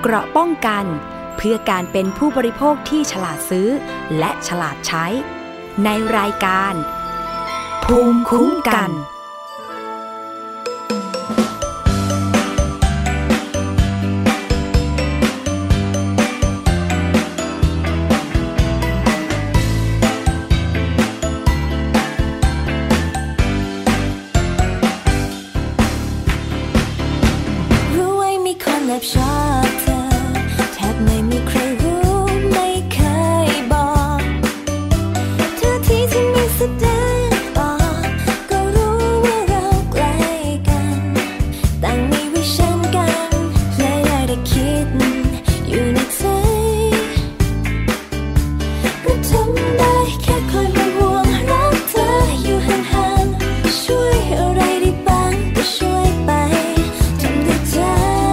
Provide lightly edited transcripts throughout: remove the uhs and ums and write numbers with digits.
เกราะป้องกันเพื่อการเป็นผู้บริโภคที่ฉลาดซื้อและฉลาดใช้ในรายการภูมิคุ้มกันชอบเธอแทบไม่มีใครรู้ไม่เคยบอกเธอที่มีแสดงออกก็รู้ว่าเราใกล้กันต่างมีวิชั่นกันและอยากได้คิดอยู่ในใจก็ทำได้แค่คอยเป็นห่วงรักเธออยู่ห่างๆช่วยอะไรได้บ้างก็ช่วยไปทำด้วยใจ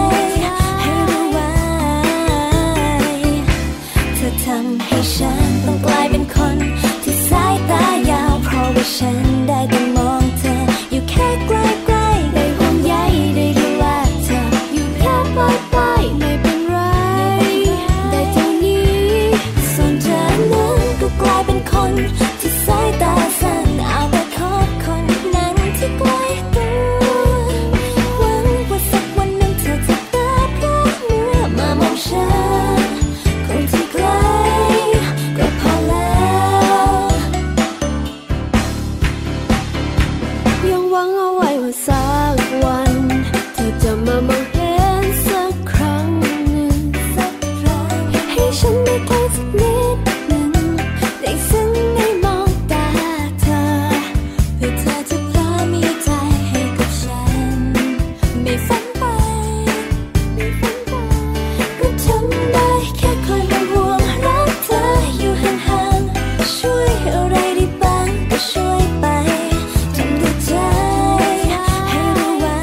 ทำให้ฉันต้องกลายเป็นคนที่สายตายาวเพราะว่าฉันได้แต่มองเธออยู่แค่ใกล้ๆได้ห่วงใยได้ดูแลเธออยู่แค่ปลายๆไม่เป็นไรได้เท่านี้ส่วนเธอนั้นก็กลายเป็นคนที่สายตาสั้นเอาแต่คบคนนั้นที่ใกล้ตัวหวังว่าสักวันหนึ่งเธอจะตาพร่าเมื่อมามองฉันคนที่ใกล้ก็พอแล้วยังหวังเอาไว้ว่าสักวันเธอจะมามองเห็นสักครั้งหนึ่งให้ฉันได้ใกล้สักนิดหนึ่งได้ซึ้งได้มองตาเธอเพื่อเธอจะพร้อมมีใจให้กับฉันไม่ฝันไปก็ทำได้แค่คอยเป็นห่วงรักเธออยู่ห่างๆช่วยอะไรได้บ้างก็ช่วยไปทำด้วยใจให้รู้ไว้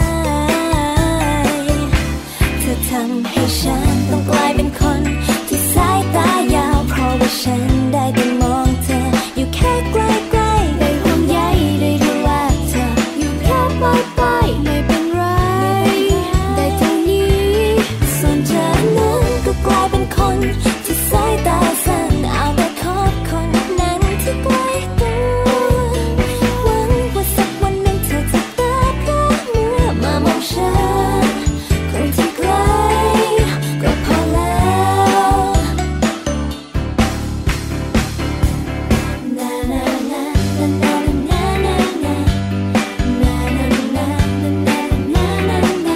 เธอทำให้ฉันต้องกลายเป็นคนที่สายตายาวเพราะว่าฉันได้แต่มองเธออยู่แค่ใกล้ๆได้ห่วงใยได้ดูแลเธออยู่แค่ปลายๆไม่เป็นไรได้เท่านี้ส่วนเธอนั้นก็กลายเป็นคนที่สายตาสั้นเอาแต่คบคนนั้นที่ใกล้ตัวหวังว่าสักวันหนึ่งเธอจะตาพร่าเมื่อมามองฉันคนที่ใกล้ก็พอแล้วนานานานานานานานานานานานานา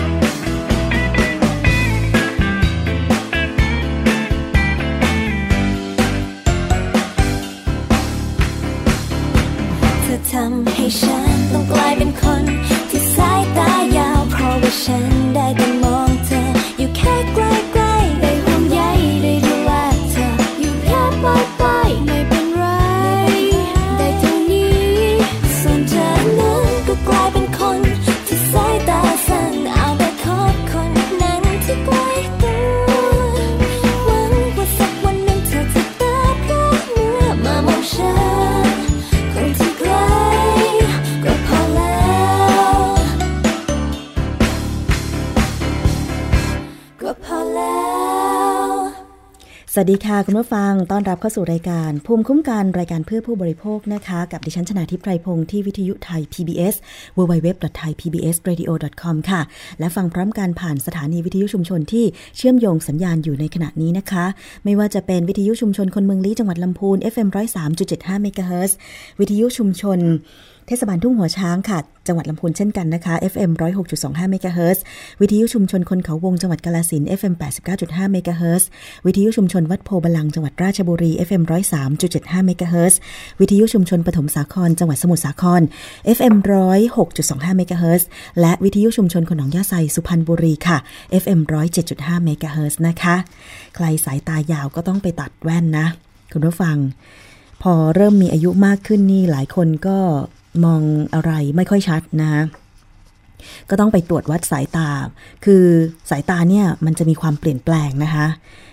เธอทำให้ฉันต้องกลายเป็นคนที่สายตายาวเพราะว่าฉันได้แต่มองเธออยู่แค่ใกล้ๆได้ห่วงใยได้ดูแลเธออยู่แค่ปลายๆไม่เป็นไรได้เท่านี้ส่วนเธอนั้นก็กลายเป็นคนที่สายตาสั้นเอาแต่คบคนนั้นที่ใกล้ตัวหวังว่าสักวันหนึ่งเธอจะตาพร่าเมื่อมามองฉันคนที่ใกล้ก็พอแล้วก็พอแล้วสวัสดีค่ะคุณผู้ฟังต้อนรับเข้าสู่รายการภูมิคุ้มกันรายการเพื่อผู้บริโภคนะคะกับดิฉันชนาธิปไพรพงษ์ที่วิทยุไทย PBS www.thaipbsradio.com ค่ะและฟังพร้อมกันผ่านสถานีวิทยุชุมชนที่เชื่อมโยงสัญญาณอยู่ในขณะนี้นะคะไม่ว่าจะเป็นวิทยุชุมชนคนเมืองลี้จังหวัดลำพูน FM 103.75 เมกะเฮิรตซ์วิทยุชุมชนเทศบาลทุ่งหัวช้างค่ะจังหวัดลำพูนเช่นกันนะคะ FM 106.25 เมกะเฮิรตซ์วิทยุชุมชนคนเขาวงจังหวัดกาฬสินธุ์ FM 89.5 เมกะเฮิรตซ์วิทยุชุมชนวัดโพบลังจังหวัดราชบุรี FM 103.75 เมกะเฮิรตซ์วิทยุชุมชนปฐมสาครจังหวัดสมุทรสาคร FM 106.25 เมกะเฮิรตซ์และวิทยุชุมชนคนหนองย่าไซสุพรรณบุรีค่ะ FM 107.5 เมกะเฮิรตซ์นะคะใครสายตายาวก็ต้องไปตัดแว่นนะคุณผู้ฟังพอเริ่มมีอายุมากขึ้นนี่หลายคนก็มองอะไรไม่ค่อยชัดนะคะก็ต้องไปตรวจวัดสายตาคือสายตาเนี่ยมันจะมีความเปลี่ยนแปลงนะคะ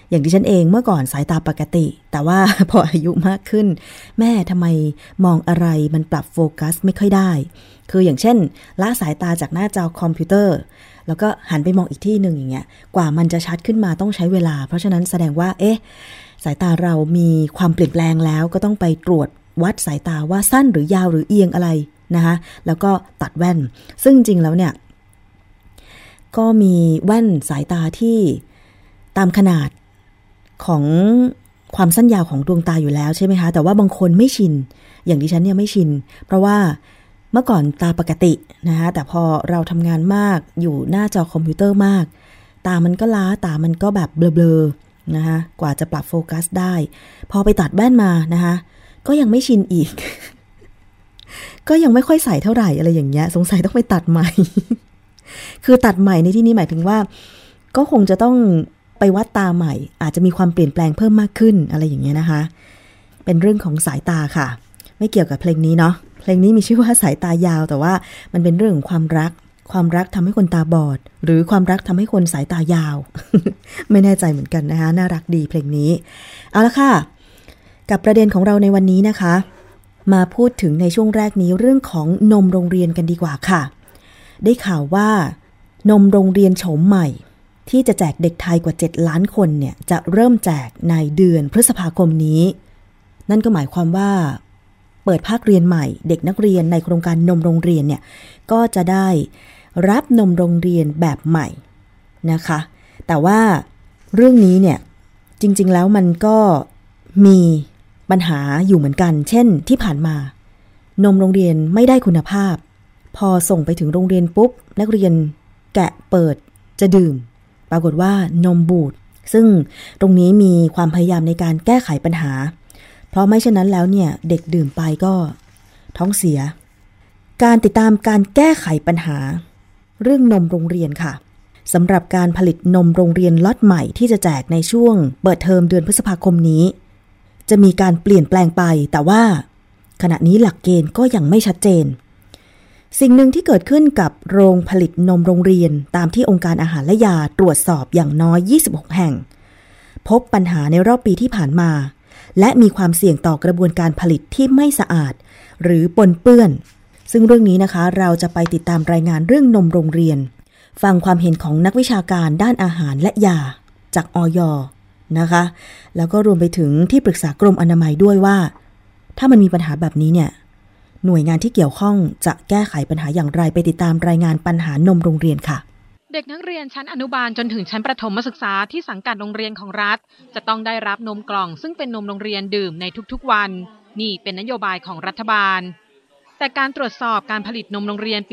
อย่างที่ฉันเองเมื่อก่อนสายตาปกติแต่ว่า พออายุมากขึ้นแม่ทำไมมองอะไรมันปรับโฟกัสไม่ค่อยได้คืออย่างเช่นละสายตาจากหน้าจอคอมพิวเตอร์แล้วก็หันไปมองอีกที่นึงอย่างเงี้ยกว่ามันจะชัดขึ้นมาต้องใช้เวลาเพราะฉะนั้นแสดงว่าสายตาเรามีความเปลี่ยนแปลงแล้วก็ต้องไปตรวจวัดสายตาว่าสั้นหรือยาวหรือเอียงอะไรนะคะแล้วก็ตัดแว่นซึ่งจริงแล้วเนี่ยก็มีแว่นสายตาที่ตามขนาดของความสั้นยาวของดวงตาอยู่แล้วใช่ไหมคะแต่ว่าบางคนไม่ชินอย่างดิฉันเนี่ยไม่ชินเพราะว่าเมื่อก่อนตาปกตินะคะแต่พอเราทำงานมากอยู่หน้าจอคอมพิวเตอร์มากตามันก็ล้าตามันก็แบบเบลอๆนะคะกว่าจะปรับโฟกัสได้พอไปตัดแว่นมานะคะก็ยังไม่ชินอีก ก็ยังไม่ค่อยใส่เท่าไหร่อะไรอย่างเงี้ยสงสัยต้องไปตัดใหม่ คือตัดใหม่ในที่นี้หมายถึงว่าก็คงจะต้องไปวัดตาใหม่อาจจะมีความเปลี่ยนแปลงเพิ่มมากขึ้นอะไรอย่างเงี้ยนะคะเป็นเรื่องของสายตาค่ะไม่เกี่ยวกับเพลงนี้เนาะเพลงนี้มีชื่อว่าสายตายาวแต่ว่ามันเป็นเรื่องของความรักทำให้คนตาบอดหรือความรักทำให้คนสายตายาว ไม่แน่ใจเหมือนกันนะคะน่ารักดีเพลงนี้เอาละค่ะกับประเด็นของเราในวันนี้นะคะมาพูดถึงในช่วงแรกนี้เรื่องของนมโรงเรียนกันดีกว่าค่ะได้ข่าวว่านมโรงเรียนโฉมใหม่ที่จะแจกเด็กไทยกว่า7 ล้านคนเนี่ยจะเริ่มแจกในเดือนพฤษภาคมนี้นั่นก็หมายความว่าเปิดภาคเรียนใหม่เด็กนักเรียนในโครงการนมโรงเรียนเนี่ยก็จะได้รับนมโรงเรียนแบบใหม่นะคะแต่ว่าเรื่องนี้เนี่ยจริงๆแล้วมันก็มีปัญหาอยู่เหมือนกันเช่นที่ผ่านมานมโรงเรียนไม่ได้คุณภาพพอส่งไปถึงโรงเรียนปุ๊บนักเรียนแกะเปิดจะดื่มปรากฏว่านมบูดซึ่งตรงนี้มีความพยายามในการแก้ไขปัญหาเพราะไม่เช่นนั้นแล้วเนี่ยเด็กดื่มไปก็ท้องเสียการติดตามการแก้ไขปัญหาเรื่องนมโรงเรียนค่ะสำหรับการผลิตนมโรงเรียนล็อตใหม่ที่จะแจกในช่วงเปิดเทอมเดือนพฤษภาคมนี้จะมีการเปลี่ยนแปลงไปแต่ว่าขณะนี้หลักเกณฑ์ก็ยังไม่ชัดเจนสิ่งหนึ่งที่เกิดขึ้นกับโรงผลิตนมโรงเรียนตามที่องค์การอาหารและยาตรวจสอบอย่างน้อย26แห่งพบปัญหาในรอบปีที่ผ่านมาและมีความเสี่ยงต่อกระบวนการผลิตที่ไม่สะอาดหรือปนเปื้อนซึ่งเรื่องนี้นะคะเราจะไปติดตามรายงานเรื่องนมโรงเรียนฟังความเห็นของนักวิชาการด้านอาหารและยาจากอย.นะคะแล้วก็รวมไปถึงที่ปรึกษากรมอนามัยด้วยว่าถ้ามันมีปัญหาแบบนี้เนี่ยหน่วยงานที่เกี่ยวข้องจะแก้ไขปัญหาอย่างไรไปติดตามรายงานปัญหานมโรงเรียนค่ะเด็กนักเรียนชั้นอนุบาลจนถึงชั้นประถมศึกษาที่สังกัดโรงเรียนของรัฐจะต้องได้รับนมกล่องซึ่งเป็นนมโรงเรียนดื่มในทุกๆวันนี่เป็นนโยบายของรัฐบาลแต่การตรวจสอบการผลิตนมโรงเรียนปี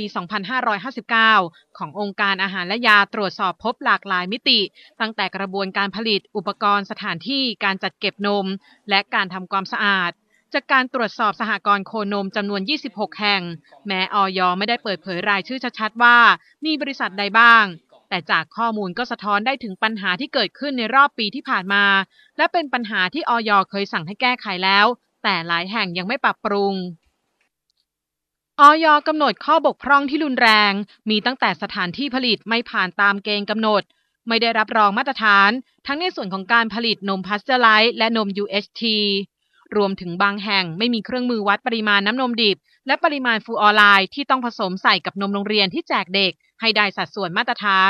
2559 ขององค์การอาหารและยาตรวจสอบพบหลากหลายมิติตั้งแต่กระบวนการผลิตอุปกรณ์สถานที่การจัดเก็บนมและการทำความสะอาดจากการตรวจสอบสหกรณ์โคนมจำนวน26แห่งแม้อย.ไม่ได้เปิดเผยรายชื่อชัดๆว่ามีบริษัทใดบ้างแต่จากข้อมูลก็สะท้อนได้ถึงปัญหาที่เกิดขึ้นในรอบปีที่ผ่านมาและเป็นปัญหาที่อย.เคยสั่งให้แก้ไขแล้วแต่หลายแห่งยังไม่ปรับปรุงอย.กำหนดข้อบกพร่องที่รุนแรงมีตั้งแต่สถานที่ผลิตไม่ผ่านตามเกณฑ์กำหนดไม่ได้รับรองมาตรฐานทั้งในส่วนของการผลิตนมพาสเจอร์ไลซ์และนม UHTรวมถึงบางแห่งไม่มีเครื่องมือวัดปริมาณน้ำนมดิบและปริมาณฟลูออไรด์ที่ต้องผสมใส่กับนมโรงเรียนที่แจกเด็กให้ได้สัดส่วนมาตรฐาน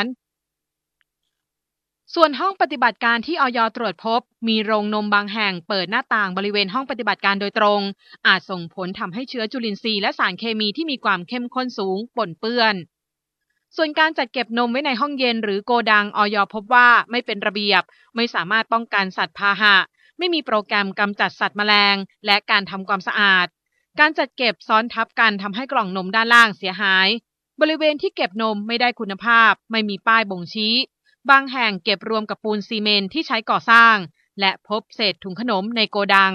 ส่วนห้องปฏิบัติการที่อย.ตรวจพบมีโรงนมบางแห่งเปิดหน้าต่างบริเวณห้องปฏิบัติการโดยตรงอาจส่งผลทำให้เชื้อจุลินทรีย์และสารเคมีที่มีความเข้มข้นสูงปนเปื้อนส่วนการจัดเก็บนมไว้ในห้องเย็นหรือโกดังอย.พบว่าไม่เป็นระเบียบไม่สามารถป้องกันสัตว์พาหะไม่มีโปรแกรมกำจัดสัตว์แมลงและการทำความสะอาดการจัดเก็บซ้อนทับกันทำให้กล่องนมด้านล่างเสียหายบริเวณที่เก็บนมไม่ได้คุณภาพไม่มีป้ายบ่งชี้บางแห่งเก็บรวมกับปูนซีเมนต์ที่ใช้ก่อสร้างและพบเศษถุงขนมในโกดัง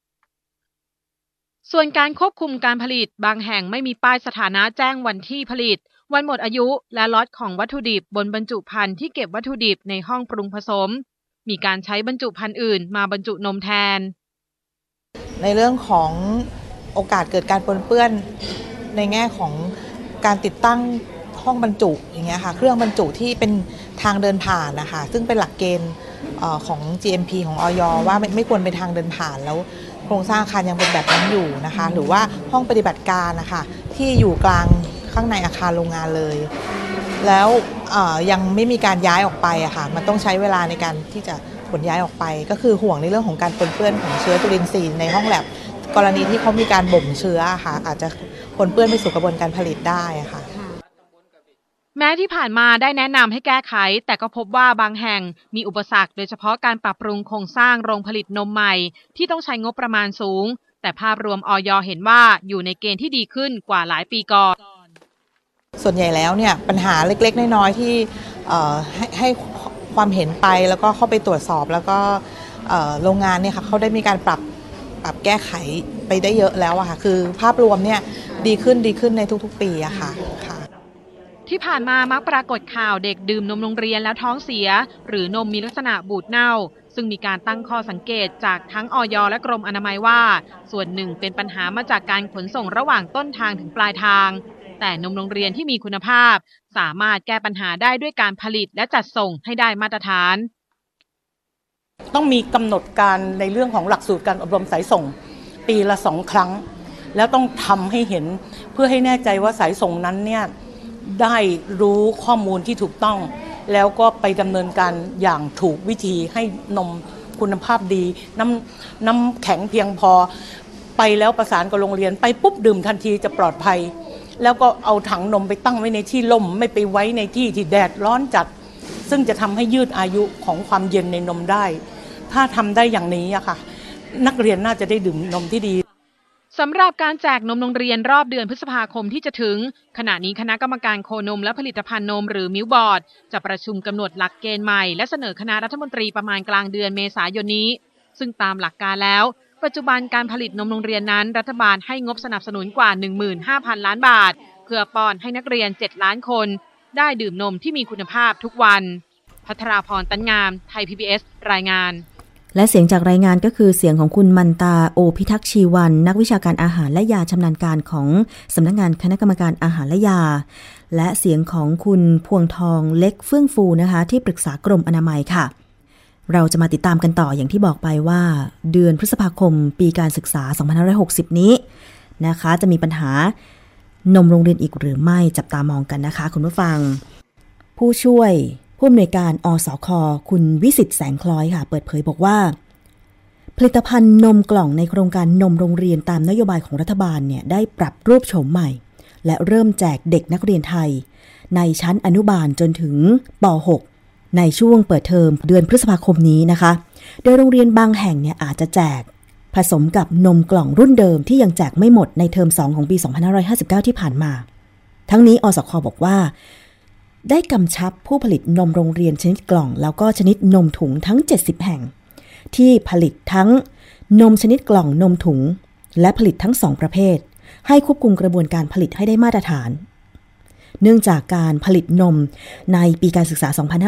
ส่วนการควบคุมการผลิตบางแห่งไม่มีป้ายสถานะแจ้งวันที่ผลิตวันหมดอายุและล็อตของวัตถุดิบบนบรรจุภัณฑ์ที่เก็บวัตถุดิบในห้องปรุงผสมมีการใช้บรรจุภัณฑ์อื่นมาบรรจุนมแทนในเรื่องของโอกาสเกิดการปนเปื้อนในแง่ของการติดตั้งห้องบรรจุอย่างเงี้ยค่ะเครื่องบรรจุที่เป็นทางเดินผ่านนะคะซึ่งเป็นหลักเกณฑ์ของ GMP ของอย.ว่าไม่ควรเป็นทางเดินผ่านแล้วโครงสร้างอาคารยังเป็นแบบนั้นอยู่นะคะหรือว่าห้องปฏิบัติการนะคะที่อยู่กลางข้างในอาคารโรงงานเลยแล้วยังไม่มีการย้ายออกไปอะค่ะมันต้องใช้เวลาในการที่จะขนย้ายออกไปก็คือห่วงในเรื่องของการปนเปื้อนของเชื้อจุลินทรีย์ในห้องแลบกรณีที่เขามีการบ่มเชื้อค่ะอาจจะปนเปื้อนไปสู่กระบวนการผลิตได้ค่ะแม้ที่ผ่านมาได้แนะนำให้แก้ไขแต่ก็พบว่าบางแห่งมีอุปสรรคโดยเฉพาะการปรับปรุงโครงสร้างโรงผลิตนมใหม่ที่ต้องใช้งบประมาณสูงแต่ภาพรวมอย.เห็นว่าอยู่ในเกณฑ์ที่ดีขึ้นกว่าหลายปีก่อนส่วนใหญ่แล้วเนี่ยปัญหาเล็กๆน้อยๆที่ให้ความเห็นไปแล้วก็เข้าไปตรวจสอบแล้วก็โรงงานเนี่ยค่ะเขาได้มีการปรับแก้ไขไปได้เยอะแล้วอะค่ะคือภาพรวมเนี่ยดีขึ้นในทุกๆปีอะค่ะที่ผ่านมามักปรากฏข่าวเด็กดื่มนมโรงเรียนแล้วท้องเสียหรือนมมีลักษณะบูดเน่าซึ่งมีการตั้งข้อสังเกตจากทั้งอย.และกรมอนามัยว่าส่วนหนึ่งเป็นปัญหามาจากการขนส่งระหว่างต้นทางถึงปลายทางแต่นมโรงเรียนที่มีคุณภาพสามารถแก้ปัญหาได้ด้วยการผลิตและจัดส่งให้ได้มาตรฐานต้องมีกำหนดการในเรื่องของหลักสูตรการอบรมสายส่งปีละ2 ครั้งแล้วต้องทำให้เห็นเพื่อให้แน่ใจว่าสายส่งนั้นเนี่ยได้รู้ข้อมูลที่ถูกต้องแล้วก็ไปดำเนินการอย่างถูกวิธีให้นมคุณภาพดีน้ำแข็งเพียงพอไปแล้วประสานกับโรงเรียนไปปุ๊บดื่มทันทีจะปลอดภัยแล้วก็เอาถังนมไปตั้งไว้ในที่ร่มไม่ไปไว้ในที่ที่แดดร้อนจัดซึ่งจะทำให้ยืดอายุของความเย็นในนมได้ถ้าทำได้อย่างนี้อะค่ะนักเรียนน่าจะได้ดื่มนมที่ดีสำหรับการแจกนมโรงเรียนรอบเดือนพฤษภาคมที่จะถึงขณะนี้คณะกรรมการโคนมและผลิตภัณฑ์นมหรือมิลบอร์ดจะประชุมกำหนดหลักเกณฑ์ใหม่และเสนอคณะรัฐมนตรีประมาณกลางเดือนเมษายนนี้ซึ่งตามหลักการแล้วปัจจุบันการผลิตนมโรงเรียนนั้นรัฐบาลให้งบสนับสนุนกว่า 15,000 ล้านบาทเพื่อป้อนให้นักเรียน7 ล้านคนได้ดื่มนมที่มีคุณภาพทุกวันภัทราพร ตันงามไทย PBS รายงานและเสียงจากรายงานก็คือเสียงของคุณมันตาโอพิทักษ์ชีวันนักวิชาการอาหารและยาชำนาญการของสำนักงานคณะกรรมการอาหารและยาและเสียงของคุณพวงทองเล็กเฟื่องฟูนะคะที่ปรึกษากรมอนามัยค่ะเราจะมาติดตามกันต่ออย่างที่บอกไปว่าเดือนพฤษภาคมปีการศึกษา2560นี้นะคะจะมีปัญหานมโรงเรียนอีกหรือไม่จับตามองกันนะคะคุณผู้ฟังผู้ช่วยผู้อำนวยการอสค.คุณวิสิทธิ์แสงคล้อยค่ะเปิดเผยบอกว่าผลิตภัณฑ์นมกล่องในโครงการนมโรงเรียนตามนโยบายของรัฐบาลเนี่ยได้ปรับรูปโฉมใหม่และเริ่มแจกเด็กนักเรียนไทยในชั้นอนุบาลจนถึงป.6 ในช่วงเปิดเทอมเดือนพฤษภาคมนี้นะคะโดยโรงเรียนบางแห่งเนี่ยอาจจะแจกผสมกับนมกล่องรุ่นเดิมที่ยังแจกไม่หมดในเทอม2ของปี2559ที่ผ่านมาทั้งนี้อสค.บอกว่าได้กำชับผู้ผลิตนมโรงเรียนชนิดกล่องแล้วก็ชนิดนมถุงทั้ง70แห่งที่ผลิตทั้งนมชนิดกล่องนมถุงและผลิตทั้ง2ประเภทให้ควบคุมกระบวนการผลิตให้ได้มาตรฐานเนื่องจากการผลิตนมในปีการศึกษา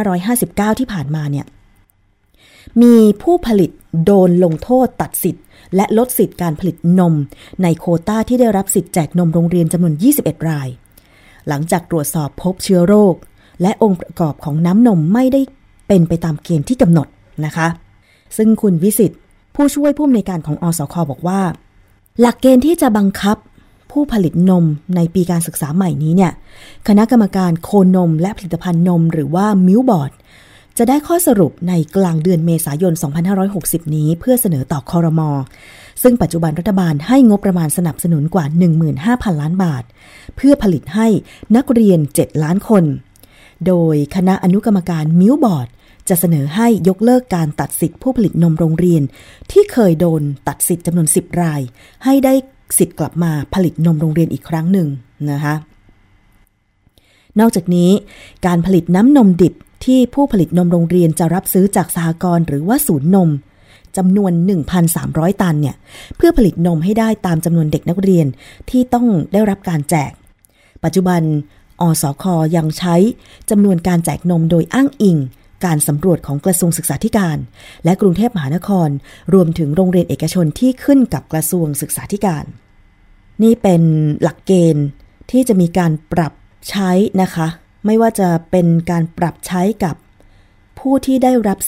2559ที่ผ่านมาเนี่ยมีผู้ผลิตโดนลงโทษตัดสิทธิ์และลดสิทธิ์การผลิตนมในโควต้าที่ได้รับสิทธิ์แจกนมโรงเรียนจำนวน21รายหลังจากตรวจสอบพบเชื้อโรคและองค์ประกอบของน้ำนมไม่ได้เป็นไปตามเกณฑ์ที่กำหนดนะคะซึ่งคุณวิสิทธิ์ผู้ช่วยผู้อำนวยการของอสค.บอกว่าหลักเกณฑ์ที่จะบังคับผู้ผลิตนมในปีการศึกษาใหม่นี้เนี่ยคณะกรรมการโคนมและผลิตภัณฑ์นมหรือว่ามิลบอร์ดจะได้ข้อสรุปในกลางเดือนเมษายน2560นี้เพื่อเสนอต่อครม.ซึ่งปัจจุบันรัฐบาลให้งบประมาณสนับสนุนกว่า 15,000 ล้านบาทเพื่อผลิตให้นักเรียน7ล้านคนโดยคณะอนุกรรมการมิลบอร์ดจะเสนอให้ยกเลิกการตัดสิทธิ์ผู้ผลิตนมโรงเรียนที่เคยโดนตัดสิทธิ์จำนวน10รายให้ได้สิทธิ์กลับมาผลิตนมโรงเรียนอีกครั้งหนึ่งนะคะนอกจากนี้การผลิตน้ำนมดิบที่ผู้ผลิตนมโรงเรียนจะรับซื้อจากสหกรณ์หรือว่าศูนย์นมจำนวน 1,300 ตันเนี่ยเพื่อผลิตนมให้ได้ตามจำนวนเด็กนักเรียนที่ต้องได้รับการแจกปัจจุบันอสค.ยังใช้จำนวนการแจกนมโดยอ้างอิงการสำรวจของกระทรวงศึกษาธิการและกรุงเทพมหานครรวมถึงโรงเรียนเอกชนที่ขึ้นกับกระทรวงศึกษาธิการนี่เป็นหลักเกณฑ์ที่จะมีการปรับใช้นะคะไม่ว่าจะเป็นการปรับใช้กับผู้ที่ได้รับสิทธิ์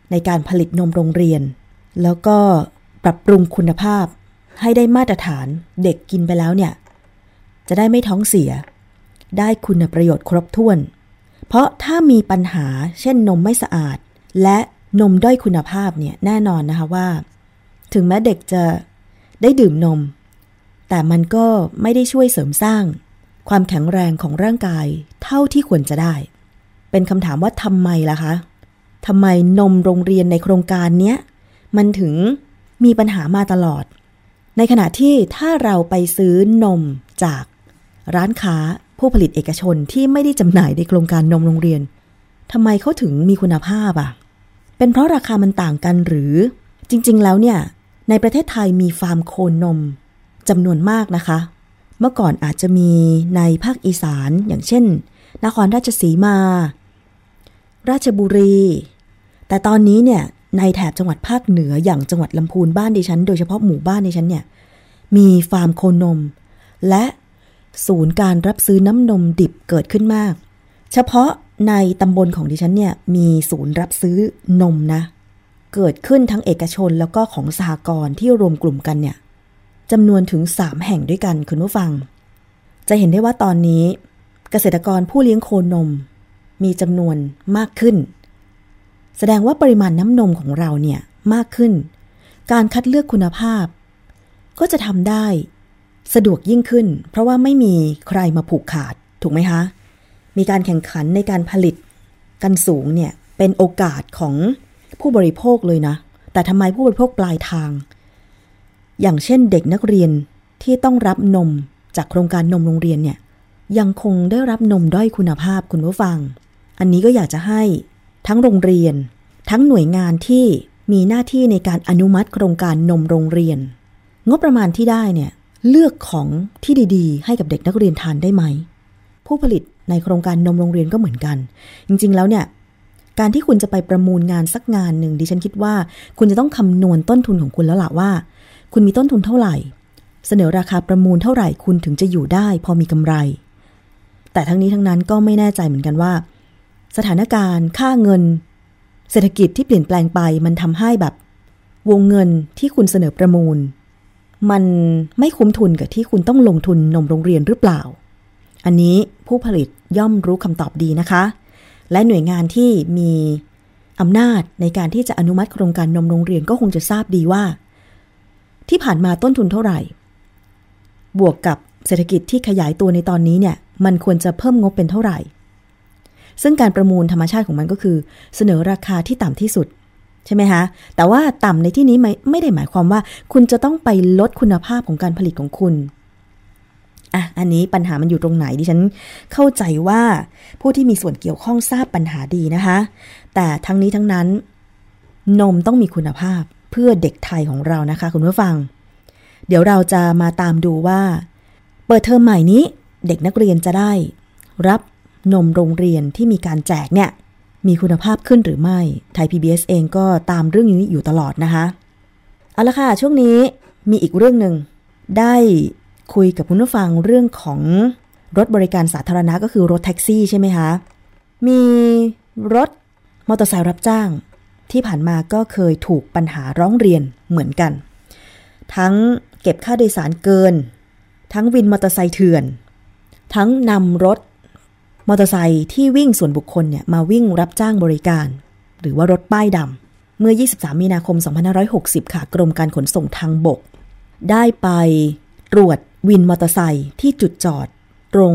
ในการผลิตนมโรงเรียนแล้วก็ปรับปรุงคุณภาพให้ได้มาตรฐานเด็กกินไปแล้วเนี่ยจะได้ไม่ท้องเสียได้คุณประโยชน์ครบถ้วนเพราะถ้ามีปัญหาเช่นนมไม่สะอาดและนมด้อยคุณภาพเนี่ยแน่นอนนะคะว่าถึงแม้เด็กจะได้ดื่มนมแต่มันก็ไม่ได้ช่วยเสริมสร้างความแข็งแรงของร่างกายเท่าที่ควรจะได้เป็นคำถามว่าทำไมล่ะคะทำไมนมโรงเรียนในโครงการเนี้ยมันถึงมีปัญหามาตลอดในขณะที่ถ้าเราไปซื้อนมจากร้านค้าผู้ผลิตเอกชนที่ไม่ได้จำหน่ายในโครงการนมโรงเรียนทำไมเขาถึงมีคุณภาพอ่ะเป็นเพราะราคามันต่างกันหรือจริงๆแล้วเนี่ยในประเทศไทยมีฟาร์มโคนมจำนวนมากนะคะเมื่อก่อนอาจจะมีในภาคอีสานอย่างเช่นนครราชสีมาราชบุรีแต่ตอนนี้เนี่ยในแถบจังหวัดภาคเหนืออย่างจังหวัดลำพูนบ้านดิฉันโดยเฉพาะหมู่บ้านดิฉันเนี่ยมีฟาร์มโคนมและศูนย์การรับซื้อน้ำนมดิบเกิดขึ้นมากเฉพาะในตำบลของดิฉันเนี่ยมีศูนย์รับซื้อนมนะเกิดขึ้นทั้งเอกชนแล้วก็ของสหกรณ์ที่รวมกลุ่มกันเนี่ยจำนวนถึง3แห่งด้วยกันคุณผู้ฟังจะเห็นได้ว่าตอนนี้เกษตรกรผู้เลี้ยงโคนมมีจำนวนมากขึ้นแสดงว่าปริมาณน้ำนมของเราเนี่ยมากขึ้นการคัดเลือกคุณภาพก็จะทำได้สะดวกยิ่งขึ้นเพราะว่าไม่มีใครมาผูกขาดถูกไหมคะมีการแข่งขันในการผลิตกันสูงเนี่ยเป็นโอกาสของผู้บริโภคเลยนะแต่ทำไมผู้บริโภคปลายทางอย่างเช่นเด็กนักเรียนที่ต้องรับนมจากโครงการนมโรงเรียนเนี่ยยังคงได้รับนมด้อยคุณภาพคุณผู้ฟังอันนี้ก็อยากจะให้ทั้งโรงเรียนทั้งหน่วยงานที่มีหน้าที่ในการอนุมัติโครงการนมโรงเรียนงบประมาณที่ได้เนี่ยเลือกของที่ดีๆให้กับเด็กนักเรียนทานได้ไหมผู้ผลิตในโครงการนมโรงเรียนก็เหมือนกันจริงๆแล้วเนี่ยการที่คุณจะไปประมูลงานสักงานหนึ่งดิฉันคิดว่าคุณจะต้องคำนวณต้นทุนของคุณแล้วล่ะว่าคุณมีต้นทุนเท่าไหร่เสนอราคาประมูลเท่าไหร่คุณถึงจะอยู่ได้พอมีกำไรแต่ทั้งนี้ทั้งนั้นก็ไม่แน่ใจเหมือนกันว่าสถานการณ์ค่าเงินเศรษฐกิจที่เปลี่ยนแปลงไปมันทำให้แบบวงเงินที่คุณเสนอประมูลมันไม่คุ้มทุนกับที่คุณต้องลงทุนนมโรงเรียนหรือเปล่าอันนี้ผู้ผลิตย่อมรู้คำตอบดีนะคะและหน่วยงานที่มีอำนาจในการที่จะอนุมัติโครงการนมโรงเรียนก็คงจะทราบดีว่าที่ผ่านมาต้นทุนเท่าไหร่บวกกับเศรษฐกิจที่ขยายตัวในตอนนี้เนี่ยมันควรจะเพิ่มงบเป็นเท่าไหร่ซึ่งการประมูลธรรมชาติของมันก็คือเสนอราคาที่ต่ำที่สุดใช่ไหมคะแต่ว่าต่ำในที่นี้ไม่ได้หมายความว่าคุณจะต้องไปลดคุณภาพของการผลิตของคุณอันนี้ปัญหามันอยู่ตรงไหนดิฉันเข้าใจว่าผู้ที่มีส่วนเกี่ยวข้องทราบปัญหาดีนะคะแต่ทั้งนี้ทั้งนั้นนมต้องมีคุณภาพเพื่อเด็กไทยของเรานะคะคุณผู้ฟังเดี๋ยวเราจะมาตามดูว่าเปิดเทอมใหม่นี้เด็กนักเรียนจะได้รับนมโรงเรียนที่มีการแจกเนี่ยมีคุณภาพขึ้นหรือไม่ไทย PBS เองก็ตามเรื่องนี้อยู่ตลอดนะคะเอาละค่ะช่วงนี้มีอีกเรื่องนึงได้คุยกับคุณผู้ฟังเรื่องของรถบริการสาธารณะก็คือรถแท็กซี่ใช่ไหมคะมีรถมอเตอร์ไซค์รับจ้างที่ผ่านมาก็เคยถูกปัญหาร้องเรียนเหมือนกันทั้งเก็บค่าโดยสารเกินทั้งวินมอเตอร์ไซค์เถื่อนทั้งนำรถมอเตอร์ไซค์ที่วิ่งส่วนบุคคลเนี่ยมาวิ่งรับจ้างบริการหรือว่ารถป้ายดำเมื่อ23มีนาคม2560ค่ะกรมการขนส่งทางบกได้ไปตรวจวินมอเตอร์ไซค์ที่จุดจอดตรง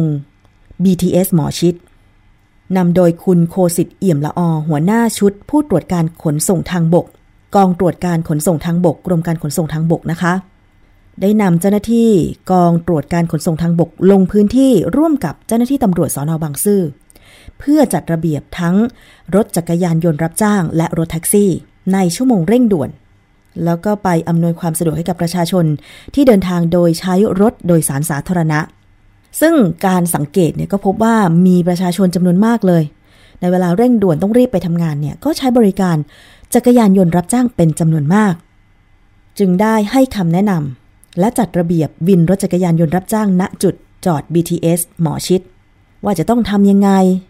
BTS หมอชิตนำโดยคุณโคสิทธิ์เอี่ยมละอหัวหน้าชุดผู้ตรวจการขนส่งทางบกกองตรวจการขนส่งทางบกกรมการขนส่งทางบกนะคะได้นำเจ้าหน้าที่กองตรวจการขนส่งทางบกลงพื้นที่ร่วมกับเจ้าหน้าที่ตำรวจสน.บางซื่อเพื่อจัดระเบียบทั้งรถจักรยานยนต์รับจ้างและรถแท็กซี่ในชั่วโมงเร่งด่วนแล้วก็ไปอำนวยความสะดวกให้กับประชาชนที่เดินทางโดยใช้รถโดยสารสาธารณะซึ่งการสังเกตเนี่ยก็พบว่ามีประชาชนจำนวนมากเลยในเวลาเร่งด่วนต้องรีบไปทำงานเนี่ยก็ใช้บริการจักรยานยนต์รับจ้างเป็นจำนวนมากจึงได้ให้คำแนะนำและจัดระเบียบวินรถจักรยานยนต์รับจ้างณจุดจอด BTS หมอชิตว่าจะต้องทำยังไง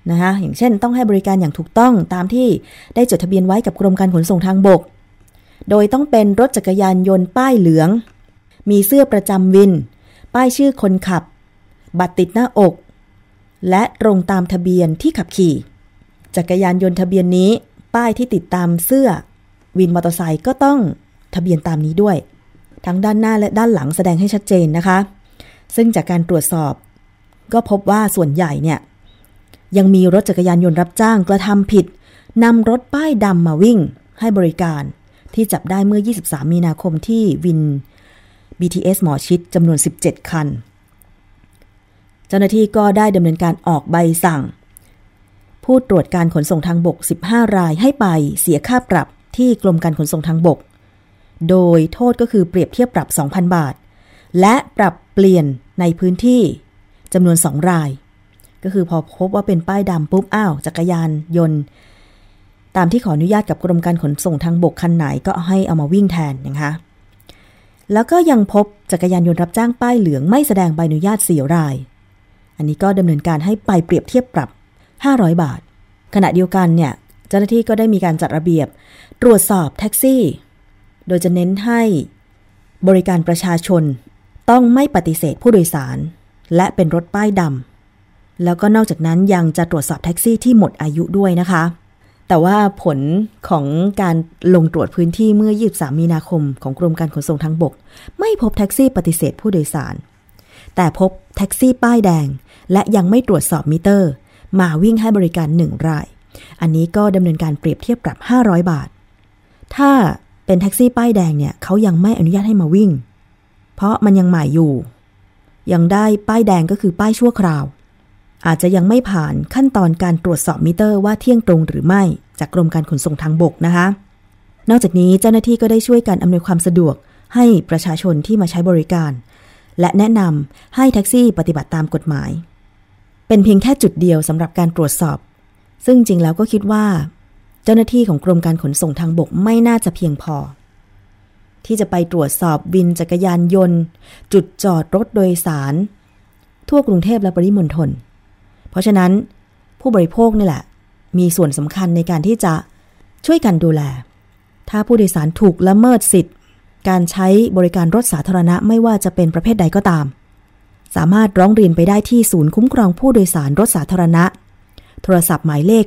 นะคะอย่างเช่นต้องให้บริการอย่างถูกต้องตามที่ได้จดทะเบียนไว้กับกรมการขนส่งทางบกโดยต้องเป็นรถจักรยานยนต์ป้ายเหลืองมีเสื้อประจำวินป้ายชื่อคนขับบัตรติดหน้าอกและตรงตามทะเบียนที่ขับขี่จักรยานยนต์ทะเบียนนี้ป้ายที่ติดตามเสื้อวินมอเตอร์ไซค์ก็ต้องทะเบียนตามนี้ด้วยทั้งด้านหน้าและด้านหลังแสดงให้ชัดเจนนะคะซึ่งจากการตรวจสอบก็พบว่าส่วนใหญ่เนี่ยยังมีรถจักรยานยนต์รับจ้างกระทำผิดนำรถป้ายดำมาวิ่งให้บริการที่จับได้เมื่อ23มีนาคมที่วิน BTS หมอชิตจำนวน17คันเจ้าหน้าที่ก็ได้ดำเนินการออกใบสั่งผู้ตรวจการขนส่งทางบก15รายให้ไปเสียค่าปรับที่กรมการขนส่งทางบกโดยโทษก็คือเปรียบเทียบปรับ 2,000 บาทและปรับเปลี่ยนในพื้นที่จำนวน2รายก็คือพอพบว่าเป็นป้ายดำปุ๊บจักรยานยนต์ตามที่ขออนุญาตกับกรมการขนส่งทางบกคันไหนก็ให้เอามาวิ่งแทนนะคะแล้วก็ยังพบจักรยานยนต์รับจ้างป้ายเหลืองไม่แสดงใบอนุญาต4รายอันนี้ก็ดำเนินการให้ไปเปรียบเทียบปรับ500 บาทขณะเดียวกันเนี่ยเจ้าหน้าที่ก็ได้มีการจัดระเบียบตรวจสอบแท็กซี่โดยจะเน้นให้บริการประชาชนต้องไม่ปฏิเสธผู้โดยสารและเป็นรถป้ายดำแล้วก็นอกจากนั้นยังจะตรวจสอบแท็กซี่ที่หมดอายุด้วยนะคะแต่ว่าผลของการลงตรวจพื้นที่เมื่อ23มีนาคมของกรมการขนส่งทางบกไม่พบแท็กซี่ปฏิเสธผู้โดยสารแต่พบแท็กซี่ป้ายแดงและยังไม่ตรวจสอบมิเตอร์มาวิ่งให้บริการ1รายอันนี้ก็ดำเนินการเปรียบเทียบปรับ500 บาทถ้าเป็นแท็กซี่ป้ายแดงเนี่ยเขายังไม่อนุญาตให้มาวิ่งเพราะมันยังใหม่อยู่ยังได้ป้ายแดงก็คือป้ายชั่วคราวอาจจะยังไม่ผ่านขั้นตอนการตรวจสอบมิเตอร์ว่าเที่ยงตรงหรือไม่จากกรมการขนส่งทางบกนะคะนอกจากนี้เจ้าหน้าที่ก็ได้ช่วยกันอำนวยความสะดวกให้ประชาชนที่มาใช้บริการและแนะนำให้แท็กซี่ปฏิบัติตามกฎหมายเป็นเพียงแค่จุดเดียวสำหรับการตรวจสอบซึ่งจริงแล้วก็คิดว่าเจ้าหน้าที่ของกรมการขนส่งทางบกไม่น่าจะเพียงพอที่จะไปตรวจสอบวินจักรยานยนต์จุดจอดรถโดยสารทั่วกรุงเทพและปริมณฑลเพราะฉะนั้นผู้บริโภคนี่แหละมีส่วนสำคัญในการที่จะช่วยกันดูแลถ้าผู้โดยสารถูกละเมิดสิทธิ์การใช้บริการรถสาธารณะไม่ว่าจะเป็นประเภทใดก็ตามสามารถร้องเรียนไปได้ที่ศูนย์คุ้มครองผู้โดยสารรถสาธารณะโทรศัพท์หมายเลข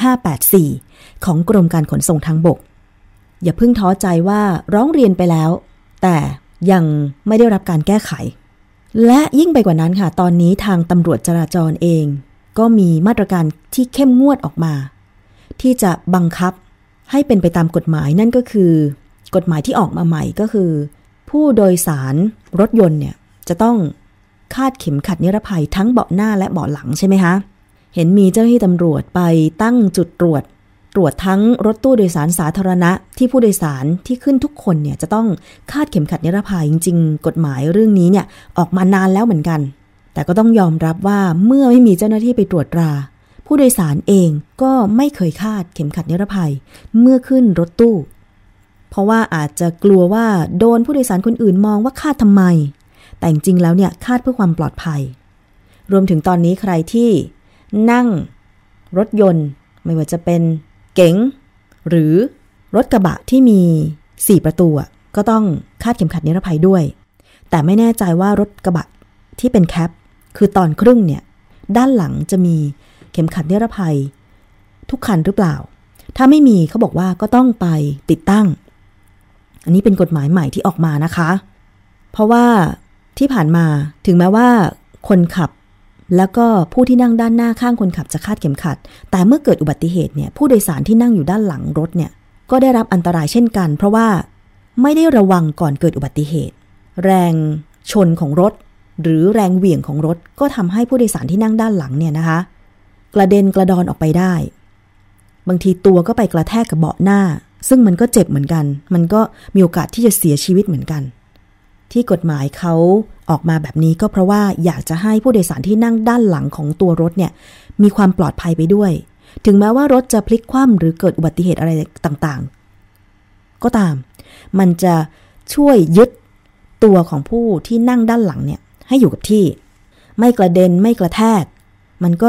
1584ของกรมการขนส่งทางบกอย่าเพิ่งท้อใจว่าร้องเรียนไปแล้วแต่ยังไม่ได้รับการแก้ไขและยิ่งไปกว่านั้นค่ะตอนนี้ทางตำรวจจราจรเองก็มีมาตรการที่เข้มงวดออกมาที่จะบังคับให้เป็นไปตามกฎหมายนั่นก็คือกฎหมายที่ออกมาใหม่ก็คือผู้โดยสารรถยนต์เนี่ยจะต้องคาดเข็มขัดนิรภัยทั้งเบาะหน้าและเบาะหลังใช่ไหมคะเห็นมีเจ้าหน้าที่ตำรวจไปตั้งจุดตรวจทั้งรถตู้โดยสารสาธารณะที่ผู้โดยสารที่ขึ้นทุกคนเนี่ยจะต้องคาดเข็มขัดนิรภัยจริงๆกฎหมายเรื่องนี้เนี่ยออกมานานแล้วเหมือนกันแต่ก็ต้องยอมรับว่าเมื่อไม่มีเจ้าหน้าที่ไปตรวจตราผู้โดยสารเองก็ไม่เคยคาดเข็มขัดนิรภัยเมื่อขึ้นรถตู้เพราะว่าอาจจะกลัวว่าโดนผู้โดยสารคนอื่นมองว่าคาดทำไมแต่จริงๆแล้วเนี่ยคาดเพื่อความปลอดภัยรวมถึงตอนนี้ใครที่นั่งรถยนต์ไม่ว่าจะเป็นเก๋งหรือรถกระบะที่มี4ประตูก็ต้องคาดเข็มขัดนิรภัยด้วยแต่ไม่แน่ใจว่ารถกระบะที่เป็นแคปคือตอนครึ่งเนี่ยด้านหลังจะมีเข็มขัดนิรภัยทุกคันหรือเปล่าถ้าไม่มีเขาบอกว่าก็ต้องไปติดตั้งอันนี้เป็นกฎหมายใหม่ที่ออกมานะคะเพราะว่าที่ผ่านมาถึงแม้ว่าคนขับแล้วก็ผู้ที่นั่งด้านหน้าข้างคนขับจะคาดเข็มขัดแต่เมื่อเกิดอุบัติเหตุเนี่ยผู้โดยสารที่นั่งอยู่ด้านหลังรถเนี่ยก็ได้รับอันตรายเช่นกันเพราะว่าไม่ได้ระวังก่อนเกิดอุบัติเหตุแรงชนของรถหรือแรงเหวี่ยงของรถก็ทำให้ผู้โดยสารที่นั่งด้านหลังเนี่ยนะคะกระเด็นกระดอนออกไปได้บางทีตัวก็ไปกระแทกกับเบาะหน้าซึ่งมันก็เจ็บเหมือนกันมันก็มีโอกาสที่จะเสียชีวิตเหมือนกันที่กฎหมายเขาออกมาแบบนี้ก็เพราะว่าอยากจะให้ผู้โดยสารที่นั่งด้านหลังของตัวรถเนี่ยมีความปลอดภัยไปด้วยถึงแม้ว่ารถจะพลิกคว่ำหรือเกิดอุบัติเหตุอะไรต่างๆก็ตามมันจะช่วยยึดตัวของผู้ที่นั่งด้านหลังเนี่ยให้อยู่กับที่ไม่กระเด็นไม่กระแทกมันก็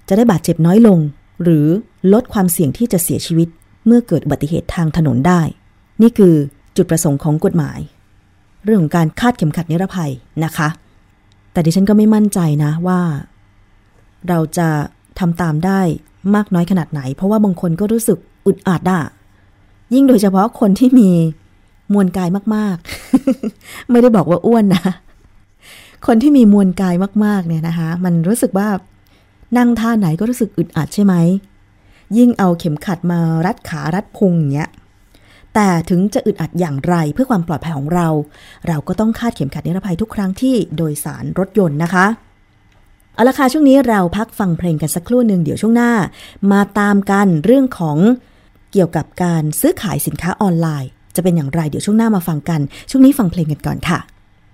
จะได้บาดเจ็บน้อยลงหรือลดความเสี่ยงที่จะเสียชีวิตเมื่อเกิดอุบัติเหตุทางถนนได้นี่คือจุดประสงค์ของกฎหมายเรื่องของการคาดเข็มขัดนิรภัยนะคะแต่ดิฉันก็ไม่มั่นใจนะว่าเราจะทำตามได้มากน้อยขนาดไหนเพราะว่าบางคนก็รู้สึกอึดอัดอ่ะยิ่งโดยเฉพาะคนที่มีมวลกายมากๆ ไม่ได้บอกว่าอ้วนนะคนที่มีมวลกายมากๆเนี่ยนะคะมันรู้สึกว่านั่งท่าไหนก็รู้สึกอึดอัดใช่ไหมยิ่งเอาเข็มขัดมารัดขารัดพุงอย่างเงี้ยแต่ถึงจะอึดอัดอย่างไรเพื่อความปลอดภัยของเราก็ต้องคาดเข็มขัดนิรภัยทุกครั้งที่โดยสารรถยนต์นะคะเอาละค่ะช่วงนี้เราพักฟังเพลงกันสักครู่หนึ่งเดี๋ยวช่วงหน้ามาตามกันเรื่องของเกี่ยวกับการซื้อขายสินค้าออนไลน์จะเป็นอย่างไรเดี๋ยวช่วงหน้ามาฟังกันช่วงนี้ฟังเพลงกันก่อนค่ะ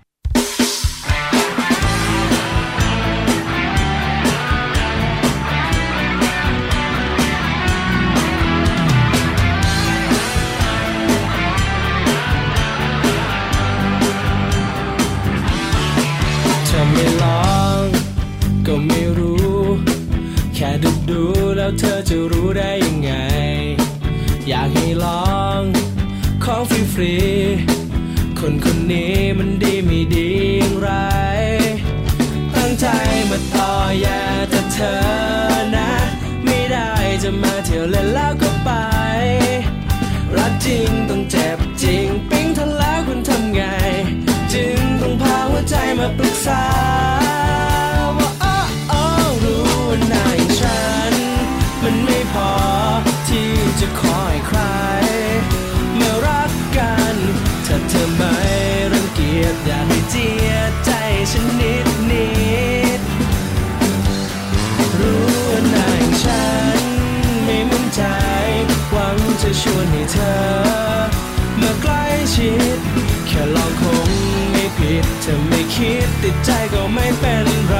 ไม่ลองก็ไม่รู้แค่ดูแล้วเธอจะรู้ได้ยังไงอยากให้ลองของฟรีๆคนนี้มันดีไม่ดีอย่างไรตั้งใจมาต่อแย่แต่เธอนะไม่ได้จะมาเที่ยวเล่นแล้วก็ไปรักจริงต้องเจ็บจริงปิ๊งทันแล้วคุณทำไงจึงต้องพาหัวใจมาปรึกษาว่ารู้ว่าหน้าอย่างฉันมันไม่พอที่จะคอยใครเมื่อรักกันถ้าเธอไม่รังเกียจอย่าให้เจียดใจฉันนิดรู้ว่าหน้าอย่างฉันไม่มั่นใจหวังจะชวนให้เธอมาใกล้ชิดแค่ลองคงไม่ผิดถ้าไม่คิดติดใจก็ไม่เป็นไร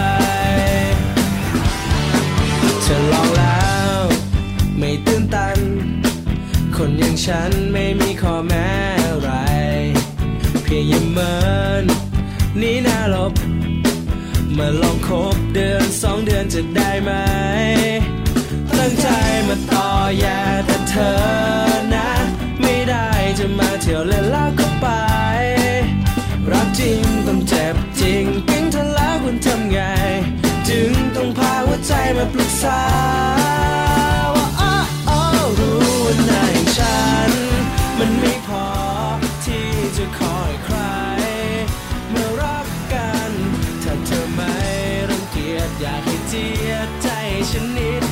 เธอลองแล้วไม่ตื่นตันคนอย่างฉันไม่มีข้อแม้อะไรเพียงอย่าเมินนี่น่าลบมาลองคบเดือน2 เดือนจะได้ไหมตั้งใจมาต่อแย่แต่เธอนะไม่ได้จะมาเที่ยวเล่นแล้วก็ไปรักจริงต้องเจ็บจริงปิ๊งเธอแล้วคุณทำไงจึงต้องพาหัวใจมาปรึกษาว่ารู้ว่าหน้าอย่างฉันมันไม่พอที่จะคอยใครเมื่อรักกันถ้าเธอไม่รังเกียจอยากให้เจียดใจฉันนิด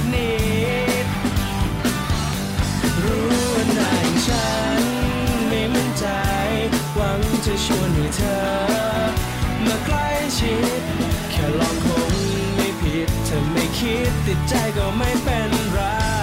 รู้ว่าหน้าอย่างฉันไม่มั่นใจหวังจะชวนให้เธอมาใกล้ชิดแค่ลองคงไม่ผิดถ้าไม่คิดติดใจก็ไม่เป็นไร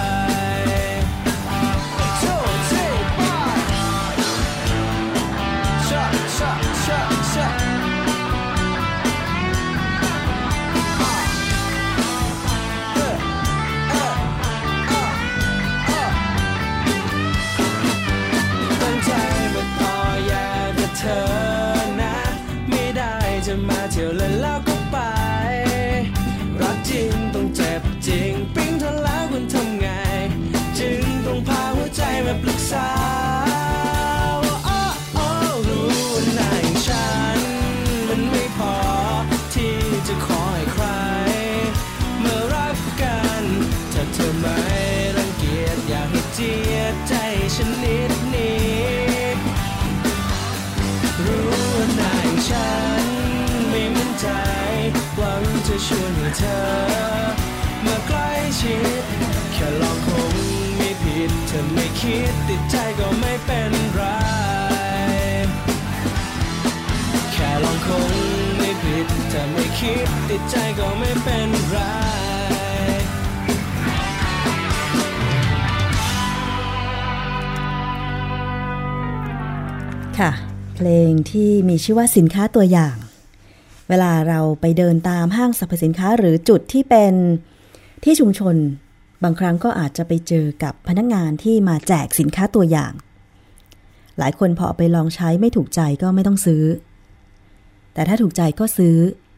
เธอนะไม่ได้จะมาเที่ยวเล่นแล้วก็ไปรักจริงต้องเจ็บจริงปิ๊งเธอแล้วคุณทำไงจึงต้องพาหัวใจมาปรึกษารู้ว่าหน้าอย่างฉันมันไม่พอที่จะคอยใครเมื่อรักกันถ้าเธอไม่รังเกียจอยากให้เจียดใจฉันนิดรู้ว่าหน้าอย่างฉันไม่มั่นใจหวังจะชวนให้เธอมาใกล้ชิดแค่ลองคงไม่ผิดถ้าไม่คิดติดใจก็ไม่เป็นไรแค่ลองคงไม่ผิดถ้าไม่คิดติดใจก็ไม่เป็นไรค่ะเพลงที่มีชื่อว่าสินค้าตัวอย่างเวลาเราไปเดินตามห้างสรรพสินค้าหรือจุดที่เป็นที่ชุมชนบางครั้งก็อาจจะไปเจอกับพนักงานที่มาแจกสินค้าตัวอย่างหลายคนพอไปลองใช้ไม่ถูกใจก็ไม่ต้องซื้อแต่ถ้าถูกใจก็ซื้อ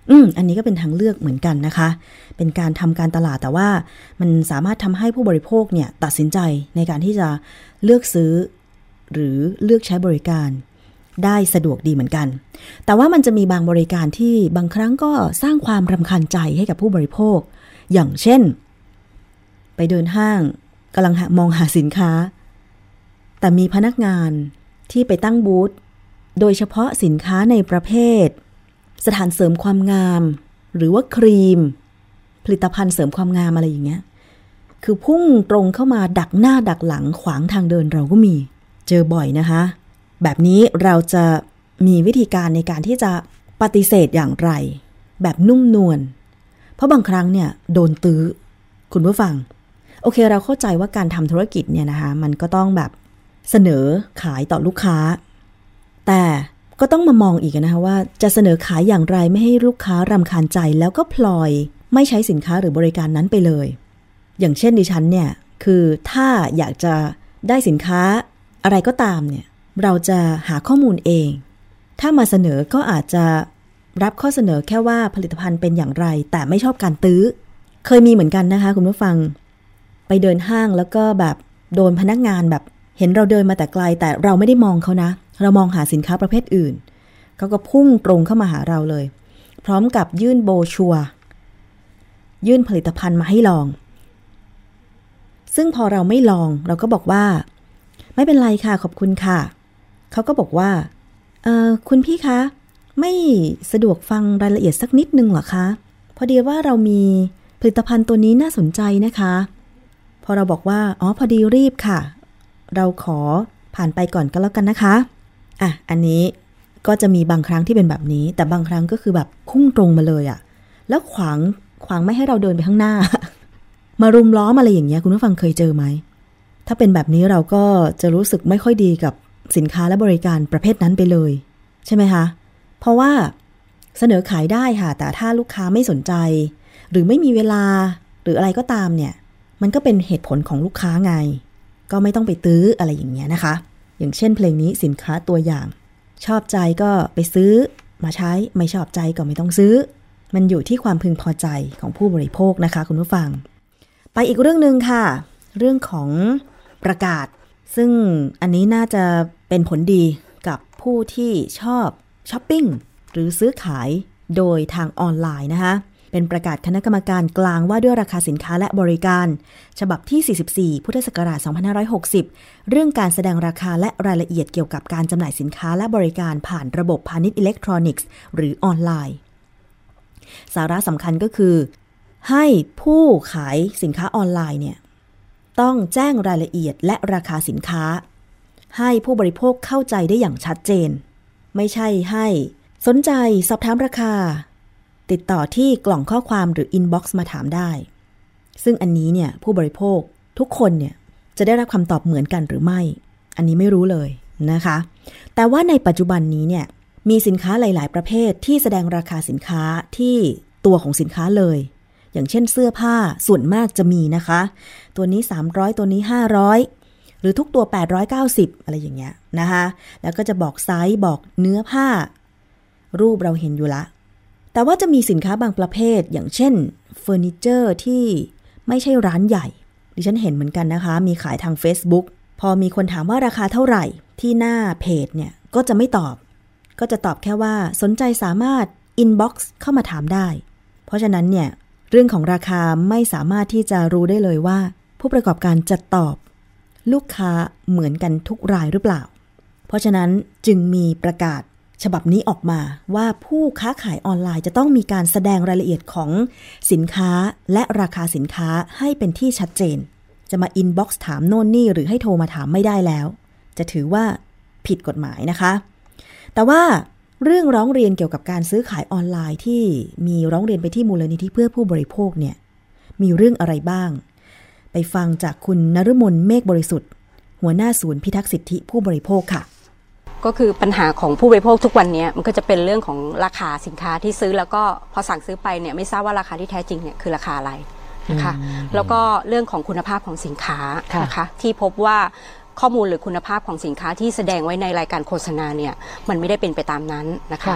อันนี้ก็เป็นทางเลือกเหมือนกันนะคะเป็นการทำการตลาดแต่ว่ามันสามารถทำให้ผู้บริโภคเนี่ยตัดสินใจในการที่จะเลือกซื้อหรือเลือกใช้บริการได้สะดวกดีเหมือนกันแต่ว่ามันจะมีบางบริการที่บางครั้งก็สร้างความรำคาญใจให้กับผู้บริโภคอย่างเช่นไปเดินห้างกำลังมองหาสินค้าแต่มีพนักงานที่ไปตั้งบูธโดยเฉพาะสินค้าในประเภทสถานเสริมความงามหรือว่าครีมผลิตภัณฑ์เสริมความงามอะไรอย่างเงี้ยคือพุ่งตรงเข้ามาดักหน้าดักหลังขวางทางเดินเราก็มีเจอบ่อยนะคะแบบนี้เราจะมีวิธีการในการที่จะปฏิเสธอย่างไรแบบนุ่มนวลเพราะบางครั้งเนี่ยโดนตื้อคุณผู้ฟังโอเคเราเข้าใจว่าการทำธุรกิจเนี่ยนะคะมันก็ต้องแบบเสนอขายต่อลูกค้าแต่ก็ต้องมามองอีกนะคะว่าจะเสนอขายอย่างไรไม่ให้ลูกค้ารำคาญใจแล้วก็พลอยไม่ใช้สินค้าหรือบริการนั้นไปเลยอย่างเช่นดิฉันเนี่ยคือถ้าอยากจะได้สินค้าอะไรก็ตามเนี่ยเราจะหาข้อมูลเองถ้ามาเสนอก็อาจจะรับข้อเสนอแค่ว่าผลิตภัณฑ์เป็นอย่างไรแต่ไม่ชอบการตื้อเคยมีเหมือนกันนะคะคุณผู้ฟังไปเดินห้างแล้วก็แบบโดนพนักงานแบบเห็นเราเดินมาแต่ไกลแต่เราไม่ได้มองเขานะเรามองหาสินค้าประเภทอื่นเขาก็พุ่งตรงเข้ามาหาเราเลยพร้อมกับยื่นโบรชัวร์ยื่นผลิตภัณฑ์มาให้ลองซึ่งพอเราไม่ลองเราก็บอกว่าไม่เป็นไรค่ะขอบคุณค่ะเขาก็บอกว่าคุณพี่คะไม่สะดวกฟังรายละเอียดสักนิดนึงเหรอคะพอดีว่าเรามีผลิตภัณฑ์ตัวนี้น่าสนใจนะคะพอเราบอกว่าพอดีรีบค่ะเราขอผ่านไปก่อนก็แล้วกันนะคะอันนี้ก็จะมีบางครั้งที่เป็นแบบนี้แต่บางครั้งก็คือแบบพุ่งตรงมาเลยแล้วขวางไม่ให้เราเดินไปข้างหน้า มารุมล้อมอะไรอย่างเงี้ยคุณผู้ฟังเคยเจอไหมถ้าเป็นแบบนี้เราก็จะรู้สึกไม่ค่อยดีกับสินค้าและบริการประเภทนั้นไปเลยใช่ไหมคะเพราะว่าเสนอขายได้ค่ะแต่ถ้าลูกค้าไม่สนใจหรือไม่มีเวลาหรืออะไรก็ตามเนี่ยมันก็เป็นเหตุผลของลูกค้าไงก็ไม่ต้องไปตื้ออะไรอย่างเงี้ยนะคะอย่างเช่นเพลงนี้สินค้าตัวอย่างชอบใจก็ไปซื้อมาใช้ไม่ชอบใจก็ไม่ต้องซื้อมันอยู่ที่ความพึงพอใจของผู้บริโภคนะคะคุณผู้ฟังไปอีกเรื่องนึงค่ะเรื่องของประกาศซึ่งอันนี้น่าจะเป็นผลดีกับผู้ที่ชอบช้อปปิ้งหรือซื้อขายโดยทางออนไลน์นะคะเป็นประกาศคณะกรรมการกลางว่าด้วยราคาสินค้าและบริการฉบับที่44พุทธศักราช2560เรื่องการแสดงราคาและรายละเอียดเกี่ยวกับการจำหน่ายสินค้าและบริการผ่านระบบพาณิชย์อิเล็กทรอนิกส์หรือออนไลน์สาระสำคัญก็คือให้ผู้ขายสินค้าออนไลน์เนี่ยต้องแจ้งรายละเอียดและราคาสินค้าให้ผู้บริโภคเข้าใจได้อย่างชัดเจนไม่ใช่ให้สนใจสอบถามราคาติดต่อที่กล่องข้อความหรืออินบ็อกซ์มาถามได้ซึ่งอันนี้เนี่ยผู้บริโภคทุกคนเนี่ยจะได้รับคำตอบเหมือนกันหรือไม่อันนี้ไม่รู้เลยนะคะแต่ว่าในปัจจุบันนี้เนี่ยมีสินค้าหลายๆประเภทที่แสดงราคาสินค้าที่ตัวของสินค้าเลยอย่างเช่นเสื้อผ้าส่วนมากจะมีนะคะตัวนี้300ตัวนี้500หรือทุกตัว890อะไรอย่างเงี้ยนะคะแล้วก็จะบอกไซส์บอกเนื้อผ้ารูปเราเห็นอยู่ละแต่ว่าจะมีสินค้าบางประเภทอย่างเช่นเฟอร์นิเจอร์ที่ไม่ใช่ร้านใหญ่ดิฉันเห็นเหมือนกันนะคะมีขายทาง Facebook พอมีคนถามว่าราคาเท่าไหร่ที่หน้าเพจเนี่ยก็จะไม่ตอบก็จะตอบแค่ว่าสนใจสามารถอินบ็อกซ์เข้ามาถามได้เพราะฉะนั้นเนี่ยเรื่องของราคาไม่สามารถที่จะรู้ได้เลยว่าผู้ประกอบการจะตอบลูกค้าเหมือนกันทุกรายหรือเปล่าเพราะฉะนั้นจึงมีประกาศฉบับนี้ออกมาว่าผู้ค้าขายออนไลน์จะต้องมีการแสดงรายละเอียดของสินค้าและราคาสินค้าให้เป็นที่ชัดเจนจะมาอินบ็อกซ์ถามโน่นนี่หรือให้โทรมาถามไม่ได้แล้วจะถือว่าผิดกฎหมายนะคะแต่ว่าเรื่องร้องเรียนเกี่ยวกับการซื้อขายออนไลน์ที่มีร้องเรียนไปที่มูลนิธิเพื่อผู้บริโภคเนี่ยมีเรื่องอะไรบ้างไปฟังจากคุณนฤมลเมฆบริสุทธิ์หัวหน้าศูนย์พิทักษ์สิทธิผู้บริโภคค่ะก็คือปัญหาของผู้บริโภคทุกวันนี้มันก็จะเป็นเรื่องของราคาสินค้าที่ซื้อแล้วก็พอสั่งซื้อไปเนี่ยไม่ทราบว่าราคาที่แท้จริงเนี่ยคือราคาอะไรนะคะแล้วก็เรื่องของคุณภาพของสินค้านะคะที่พบว่าข้อมูลหรือคุณภาพของสินค้าที่แสดงไว้ในรายการโฆษณาเนี่ยมันไม่ได้เป็นไปตามนั้นนะคะ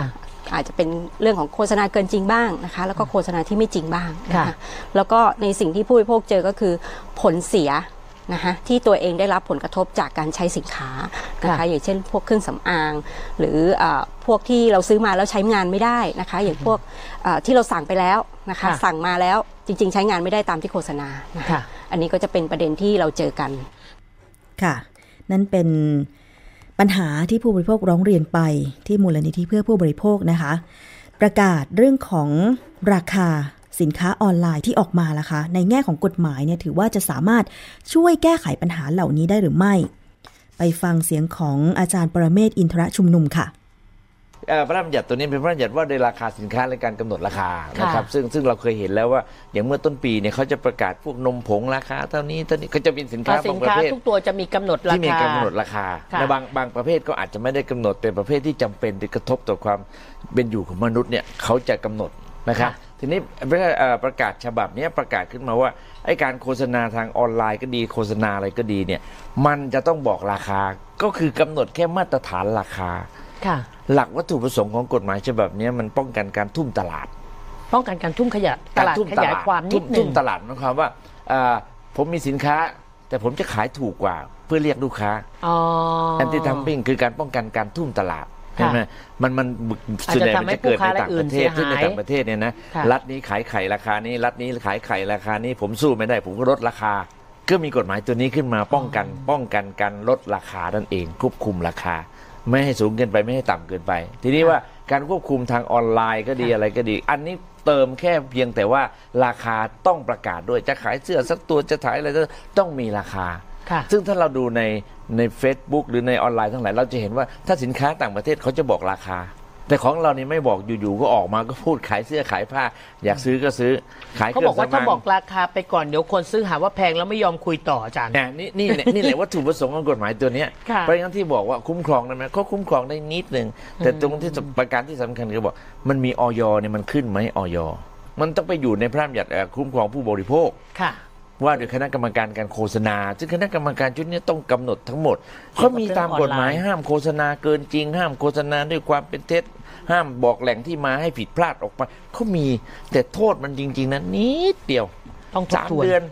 อาจจะเป็นเรื่องของโฆษณาเกินจริงบ้างนะคะแล้วก็โฆษณาที่ไม่จริงบ้างนะคะแล้วก็ในสิ่งที่ผู้บริโภคเจอก็คือผลเสียนะคะที่ตัวเองได้รับผลกระทบจากการใช้สินค้านะคะอย่างเช่นพวกเครื่องสำอางหรือพวกที่เราซื้อมาแล้วใช้งานไม่ได้นะคะอย่างพวกที่เราสั่งไปแล้วนะคะสั่งมาแล้วจริงๆใช้งานไม่ได้ตามที่โฆษณานะคะอันนี้ก็จะเป็นประเด็นที่เราเจอกันค่ะนั่นเป็นปัญหาที่ผู้บริโภคร้องเรียนไปที่มูลนิธิเพื่อผู้บริโภคนะคะประกาศเรื่องของราคาสินค้าออนไลน์ที่ออกมาล่ะคะในแง่ของกฎหมายเนี่ยถือว่าจะสามารถช่วยแก้ไขปัญหาเหล่านี้ได้หรือไม่ไปฟังเสียงของอาจารย์ปรเมศวร์อินทรชุมนุมค่ะพระราชบัญญัติตัวนี้เป็นพระราชบัญญัติว่าโดยราคาสินค้าและการกำหนดราคานะครับซึ่งเราเคยเห็นแล้วว่าอย่างเมื่อต้นปีเนี่ยเขาจะประกาศพวกนมผงราคาเท่านี้เขาจะมีสินค้าบางประเภททุกตัวจะมีกำหนดราคาที่มีกำหนดราคาและบางประเภทก็อาจจะไม่ได้กำหนดแต่ประเภทที่จำเป็นที่กระทบต่อความเป็นอยู่ของมนุษย์เนี่ยเขาจะกำหนดนะครับทีนี้ประกาศฉบับนี้ประกาศขึ้นมาว่าไอ้การโฆษณาทางออนไลน์ก็ดีโฆษณาอะไรก็ดีเนี่ยมันจะต้องบอกราคาก็คือกำหนดแค่มาตรฐานราคาหลักวัตถุประสงค์ของกฎหมายฉบับนี้มันป้องกันการทุ่มตลาดป้องกันการทุ่มขยะตลาดขยายความนิดนึงทุ่มตลาดหมายความว่าผมมีสินค้าแต่ผมจะขายถูกกว่าเพื่อเรียกลูกค้าแอนตี้ดัมปิ้งคือการป้องกันการทุ่มตลาดใช่ไหมมันส่วนใหญ่มันจะเกิดในต่างประเทศซึ่งในต่างประเทศเนี่ยนะรัฐนี้ขายไข่ราคานี้รัฐนี้ขายไข่ราคานี้ผมสู้ไม่ได้ผมก็ลดราคาก็มีกฎหมายตัวนี้ขึ้นมาป้องกันการลดราคานั่นเองควบคุมราคาไม่ให้สูงเกินไปไม่ให้ต่ำเกินไปทีนี้ว่าการควบคุมทางออนไลน์ก็ดีอะไรก็ดีอันนี้เติมแค่เพียงแต่ว่าราคาต้องประกาศด้วยจะขายเสื้อสักตัวจะขายอะไรต้องมีราคาซึ่งถ้าเราดูใน Facebook หรือในออนไลน์ทั้งหลายเราจะเห็นว่าถ้าสินค้าต่างประเทศเขาจะบอกราคาแต่ของเรานี่ไม่บอกอยู่ๆก็ออกมาก็พูดขายเสื้อขายผ้าอยากซื้อก็ซื้อขายเครื่องสำอางเขาบอกว่าถ้าบอกราคาไปก่อนเดี๋ยวคนซื้อหาว่าแพงแล้วไม่ยอมคุยต่ออาจารย์นี่แหละวัตถุประสงค์ของกฎหมายตัวนี้เพราะงั้นที่บอกว่าคุ้มครองได้ไหมก็คุ้มครองได้นิดนึงแต่ตรงที่ประการที่สำคัญคือบอกมันมีอย.เนี่ยมันขึ้นไหมอย.มันต้องไปอยู่ในพระราชบัญญัติคุ้มครองผู้บริโภคว่าโดยคณะกรรมการการโฆษณาซึ่งคณะกรรมการชุดนี้ต้องกำหนดทั้งหมดเขามีตามกฎหมายห้ามโฆษณาเกินจริงห้ามโฆษณาด้วยความเป็นเท็จห้ามบอกแหล่งที่มาให้ผิดพลาดออกไปเขามีแต่โทษมันจริงๆนะนิดเดียวต้อง 3 เดือน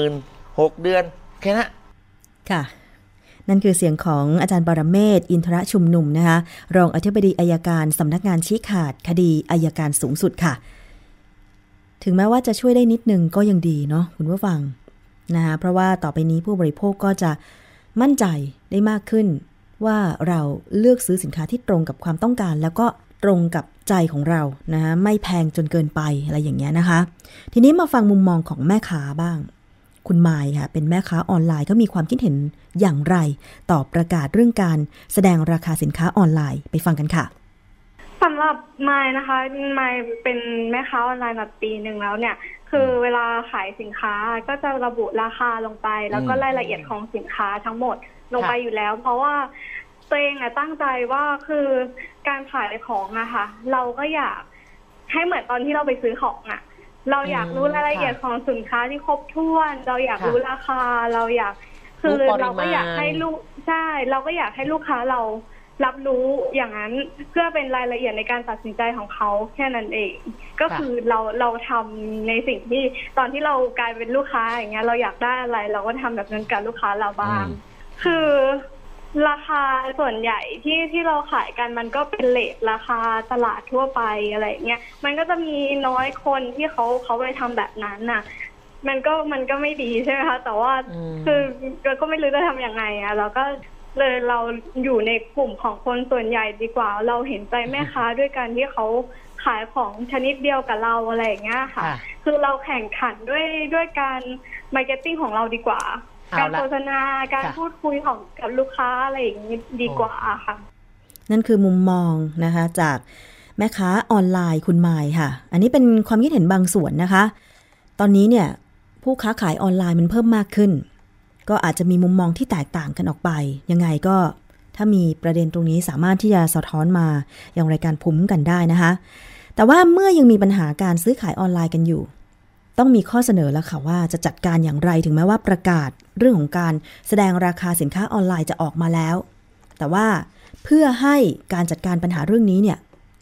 16,000 เดือนแค่นั้นค่ะนั่นคือเสียงของอาจารย์ปรเมศวร์อินทรชุมนุมนะคะรองอธิบดีอัยการสำนักงานชี้ขาดคดีอัยการสูงสุดค่ะถึงแม้ว่าจะช่วยได้นิดนึงก็ยังดีเนาะคุณผู้ฟังนะคะเพราะว่าต่อไปนี้ผู้บริโภคก็จะมั่นใจได้มากขึ้นว่าเราเลือกซื้อสินค้าที่ตรงกับความต้องการแล้วก็ตรงกับใจของเรานะคะไม่แพงจนเกินไปอะไรอย่างเงี้ยนะคะทีนี้มาฟังมุมมองของแม่ค้าบ้างคุณมายค่ะเป็นแม่ค้าออนไลน์ก็มีความคิดเห็นอย่างไรต่อประกาศเรื่องการแสดงราคาสินค้าออนไลน์ไปฟังกันค่ะสำหรับมายนะคะมายเป็นแม่ค้าออนไลน์มาปีนึงแล้วเนี่ยคือเวลาขายสินค้าก็จะระบุราคาลงไปแล้วก็รายละเอียดของสินค้าทั้งหมดลงไปอยู่แล้วเพราะว่าตัวเองตั้งใจว่าคือการขายของนะคะเราก็อยากให้เหมือนตอนที่เราไปซื้อของเราอยากรู้รายละเอียดของสินค้าที่ครบถ้วนเราอยากรู้ราคาเราอยากคือเราก็อยากให้เราก็อยากให้ลูกค้าเรารับรู้อย่างนั้นเพื่อเป็นรายละเอียดในการตัดสินใจของเขาแค่นั้นเองก็คือเราทำในสิ่งที่ตอนที่เรากลายเป็นลูกค้าอย่างเงี้ยเราอยากได้อะไรเราก็ทำแบบนั้นกับลูกค้าเราบ้างคือราคาส่วนใหญ่ที่เราขายกันมันก็เป็นเรทราคาตลาดทั่วไปอะไรเงี้ยมันก็จะมีน้อยคนที่เขาไปทำแบบนั้นน่ะมันก็ไม่ดีใช่ไหมคะแต่ว่าคือเราก็ไม่รู้จะทำยังไงเราก็เลยเราอยู่ในกลุ่มของคนส่วนใหญ่ดีกว่าเราเห็นใจแม่ค้าด้วยกันที่เขาขายของชนิดเดียวกับเราอะไรอย่างเงี้ยค่ะคือเราแข่งขันด้วยการมาร์เก็ตติ้งของเราดีกว่าการโฆษณาการพูดคุยของกับลูกค้าอะไรอย่างนี้ดีกว่าค่ะนั่นคือมุมมองนะคะจากแม่ค้าออนไลน์คุณมายค่ะอันนี้เป็นความคิดเห็นบางส่วนนะคะตอนนี้เนี่ยผู้ค้าขายออนไลน์มันเพิ่มมากขึ้นก็อาจจะมีมุมมองที่แตกต่างกันออกไปยังไงก็ถ้ามีประเด็นตรงนี้สามารถที่จะสะท้อนมาอย่างรายการภูมิคุ้มกันได้นะคะแต่ว่าเมื่อยังมีปัญหาการซื้อขายออนไลน์กันอยู่ต้องมีข้อเสนอแล้วค่ะว่าจะจัดการอย่างไรถึงแม้ว่าประกาศเรื่องของการแสดงราคาสินค้าออนไลน์จะออกมาแล้วแต่ว่าเพื่อให้การจัดการปัญหาเรื่องนี้เนี่ย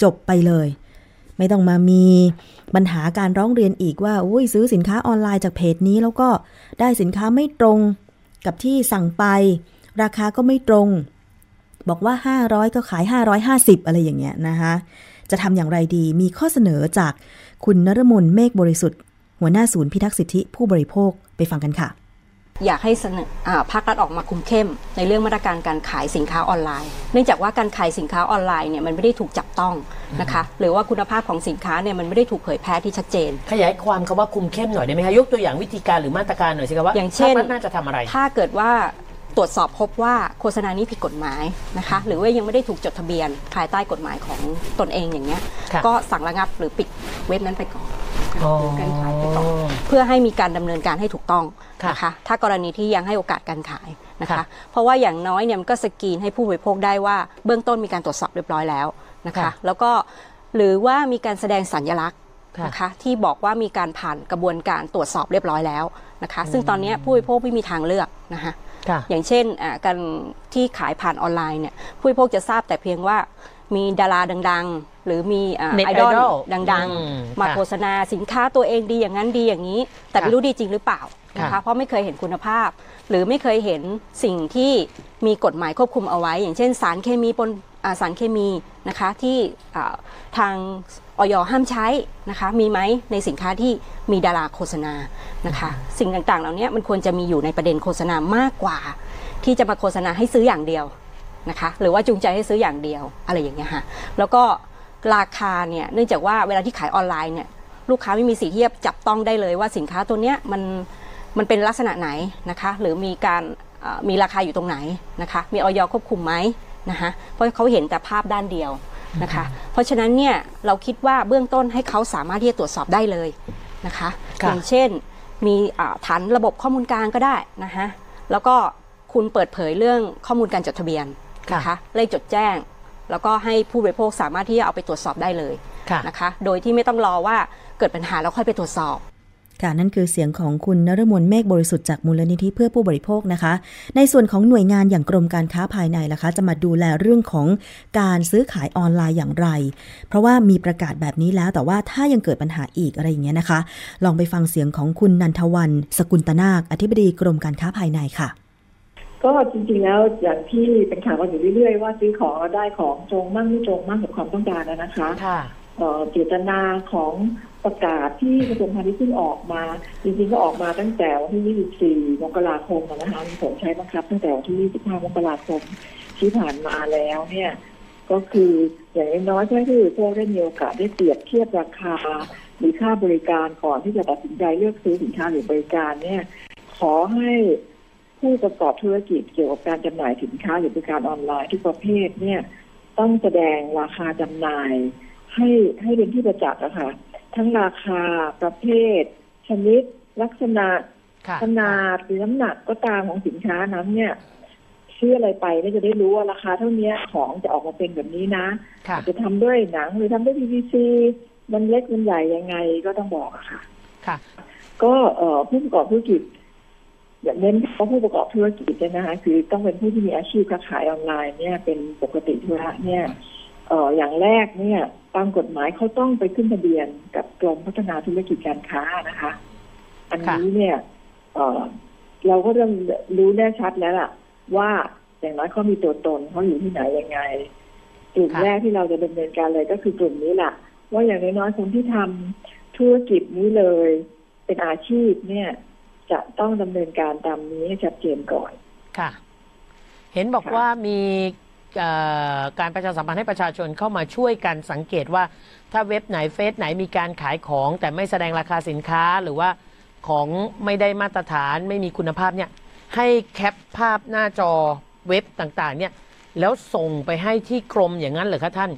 จบไปเลยไม่ต้องมามีปัญหาการร้องเรียนอีกว่าอุ้ยซื้อสินค้าออนไลน์จากเพจนี้แล้วก็ได้สินค้าไม่ตรงกับที่สั่งไปราคาก็ไม่ตรงบอกว่า500ก็ขาย550อะไรอย่างเงี้ยนะคะจะทำอย่างไรดีมีข้อเสนอจากคุณนฤมลเมฆบริสุทธิ์หัวหน้าศูนย์พิทักษ์สิทธิผู้บริโภคไปฟังกันค่ะอยากให้ภาครัฐออกมาคุมเข้มในเรื่องมาตรการการขายสินค้าออนไลน์เนื่องจากว่าการขายสินค้าออนไลน์เนี่ยมันไม่ได้ถูกจับต้องนะคะหรือว่าคุณภาพของสินค้าเนี่ยมันไม่ได้ถูกเผยแพร่ที่ชัดเจนขยายความคำว่าคุมเข้มหน่อยได้ไหมคะยกตัวอย่างวิธีการหรือมาตรการหน่อยสิคะว่าอย่างเช่นน่าจะทำอะไรถ้าเกิดว่าตรวจสอบพบว่าโฆษณานี้ผิดกฎหมายนะคะหรือว่ายังไม่ได้ถูกจดทะเบียนภายใต้กฎหมายของตนเองอย่างเงี้ยก็สั่งระงับหรือปิดเว็บนั้นไปก่อนการขายไปก่อนเพื่อให้มีการดำเนินการให้ถูกต้องนะคะถ้ากรณีที่ยังให้โอกาสการขายนะคะเพราะว่าอย่างน้อยเนี่ยมันก็สกรีนให้ผู้บริโภคได้ว่าเบื้องต้นมีการตรวจสอบเรียบร้อยแล้วนะคะแล้วก็หรือว่ามีการแสดงสัญลักษณ์นะคะที่บอกว่ามีการผ่านกระบวนการตรวจสอบเรียบร้อยแล้วนะคะซึ่งตอนนี้ผู้บริโภคไม่มีทางเลือกนะคะอย่างเช่นการที่ขายผ่านออนไลน์เนี่ยผู้บริโภคจะทราบแต่เพียงว่ามีดาราดังๆหรือมีไอดอลดังๆมาโฆษณาสินค้าตัวเองดีอย่างนั้นดีอย่างนี้แต่ไม่รู้ดีจริงหรือเปล่านะคะเพราะไม่เคยเห็นคุณภาพหรือไม่เคยเห็นสิ่งที่มีกฎหมายควบคุมเอาไว้อย่างเช่นสารเคมีปนสารเคมีนะคะที่ทางอย.ห้ามใช้นะคะมีไหมในสินค้าที่มีดาราโฆษณานะคะสิ่งต่างๆเหล่านี้มันควรจะมีอยู่ในประเด็นโฆษณามากกว่าที่จะมาโฆษณาให้ซื้ออย่างเดียวนะคะหรือว่าจูงใจให้ซื้ออย่างเดียวอะไรอย่างเงี้ยค่ะแล้วก็ราคาเนี่ยเนื่องจากว่าเวลาที่ขายออนไลน์เนี่ยลูกค้าไม่มีสิทธิ์ที่จะจับต้องได้เลยว่าสินค้าตัวเนี้ยมันเป็นลักษณะไหนนะคะหรือมีราคาอยู่ตรงไหนนะคะมีอย.ควบคุมไหมนะคะเพราะเขาเห็นแต่ภาพด้านเดียวนะคะเพราะฉะนั้นเนี่ยเราคิดว่าเบื้องต้นให้เขาสามารถที่จะตรวจสอบได้เลยนะคะอย่างเช่นมีฐานระบบข้อมูลกลางก็ได้นะคะแล้วก็คุณเปิดเผยเรื่องข้อมูลการจดทะเบียนนะคะเลขจดแจ้งแล้วก็ให้ผู้บริโภคสามารถที่จะเอาไปตรวจสอบได้เลยนะคะโดยที่ไม่ต้องรอว่าเกิดปัญหาแล้วค่อยไปตรวจสอบค่ะนั่นคือเสียงของคุณนฤมลเมฆบริสุทธิ์จากมูลนิธิเพื่อผู้บริโภคนะคะในส่วนของหน่วยงานอย่างกรมการค้าภายในล่ะคะจะมาดูแลเรื่องของการซื้อขายออนไลน์อย่างไรเพราะว่ามีประกาศแบบนี้แล้วแต่ว่าถ้ายังเกิดปัญหาอีกอะไรอย่างเงี้ยนะคะลองไปฟังเสียงของคุณนันทวรรณสกุลตนาคอธิบดีกรมการค้าภายในค่ะก็จริงๆแล้วอย่างที่เป็นข่าวกันอยู่เรื่อยๆว่าซื้อของแล้วได้ของตรงมั่งไม่ตรงมั่งกับความต้องการนะคะเจตนาของประกาศที่กระทรวงพาณิชย์เพิ่งออกมาจริงๆก็ออกมาตั้งแต่วันที่24 มกราคมนะคะมีผลใช้บังคับตั้งแต่วันที่25 มกราคมที่ผ่านมาแล้วเนี่ยก็คืออย่างน้อยๆให้ผู้บริโภคได้มีโอกาสได้เปรียบเทียบราคาหรือค่าบริการก่อนที่จะตัดสินใจเลือกซื้อสินค้าหรือบริการเนี่ยขอให้ผู้ประกอบธุรกิจเกี่ยวกับการจำหน่ายสินค้าหรือบริการออนไลน์ทุกประเภทเนี่ยต้องแสดงราคาจำหน่ายให้เป็นที่ประจักษ์นะคะทั้งราคาประเภทชนิดลักษณะขนาดหรือน้ำหนักก็ตามของสินค้านั้นเนี่ยชื่ออะไรไปก็จะได้รู้ว่าราคาเท่านี้ของจะออกมาเป็นแบบนี้นะจะทำด้วยหนังหรือทำด้วย PVC มันเล็กมันใหญ่ยังไงก็ต้องบอกอะค่ะก็ผู้ประกอบธุรกิจอย่างเน้นว่าผู้ประกอบธุรกิจเนี่ยนะคะคือต้องเป็นผู้ที่มีอาชีพค้าขายออนไลน์เนี่ยเป็นปกติธุระเนี่ยอย่างแรกเนี่ยตามกฎหมายเขาต้องไปขึ้นทะเบียนกับกรมพัฒนาธุรกิจการค้านะคะอันนี้เนี่ยเราก็เริ่มรู้แน่ชัดแล้วล่ะว่าอย่างน้อยเขามีตัวตนเขาอยู่ที่ไหนยังไงกลุ่มแรกที่เราจะดำเนินการเลยก็คือกลุ่มนี้แหละว่าอย่างน้อยๆคนที่ทำธุรกิจนี้เลยเป็นอาชีพเนี่ยจะต้องดำเนินการตามนี้ให้ชัดเจนก่อนค่ะเห็นบอกว่ามีการประชาสัมพันธ์ให้ประชาชนเข้ามาช่วยกันสังเกตว่าถ้าเว็บไหนเฟซไหนมีการขายของแต่ไม่แสดงราคาสินค้าหรือว่าของไม่ได้มาตรฐานไม่มีคุณภาพเนี่ยให้แคปภาพหน้าจอเว็บต่างๆเนี่ยแล้วส่งไปให้ที่กรมอย่างนั้นเหรอคะท่าน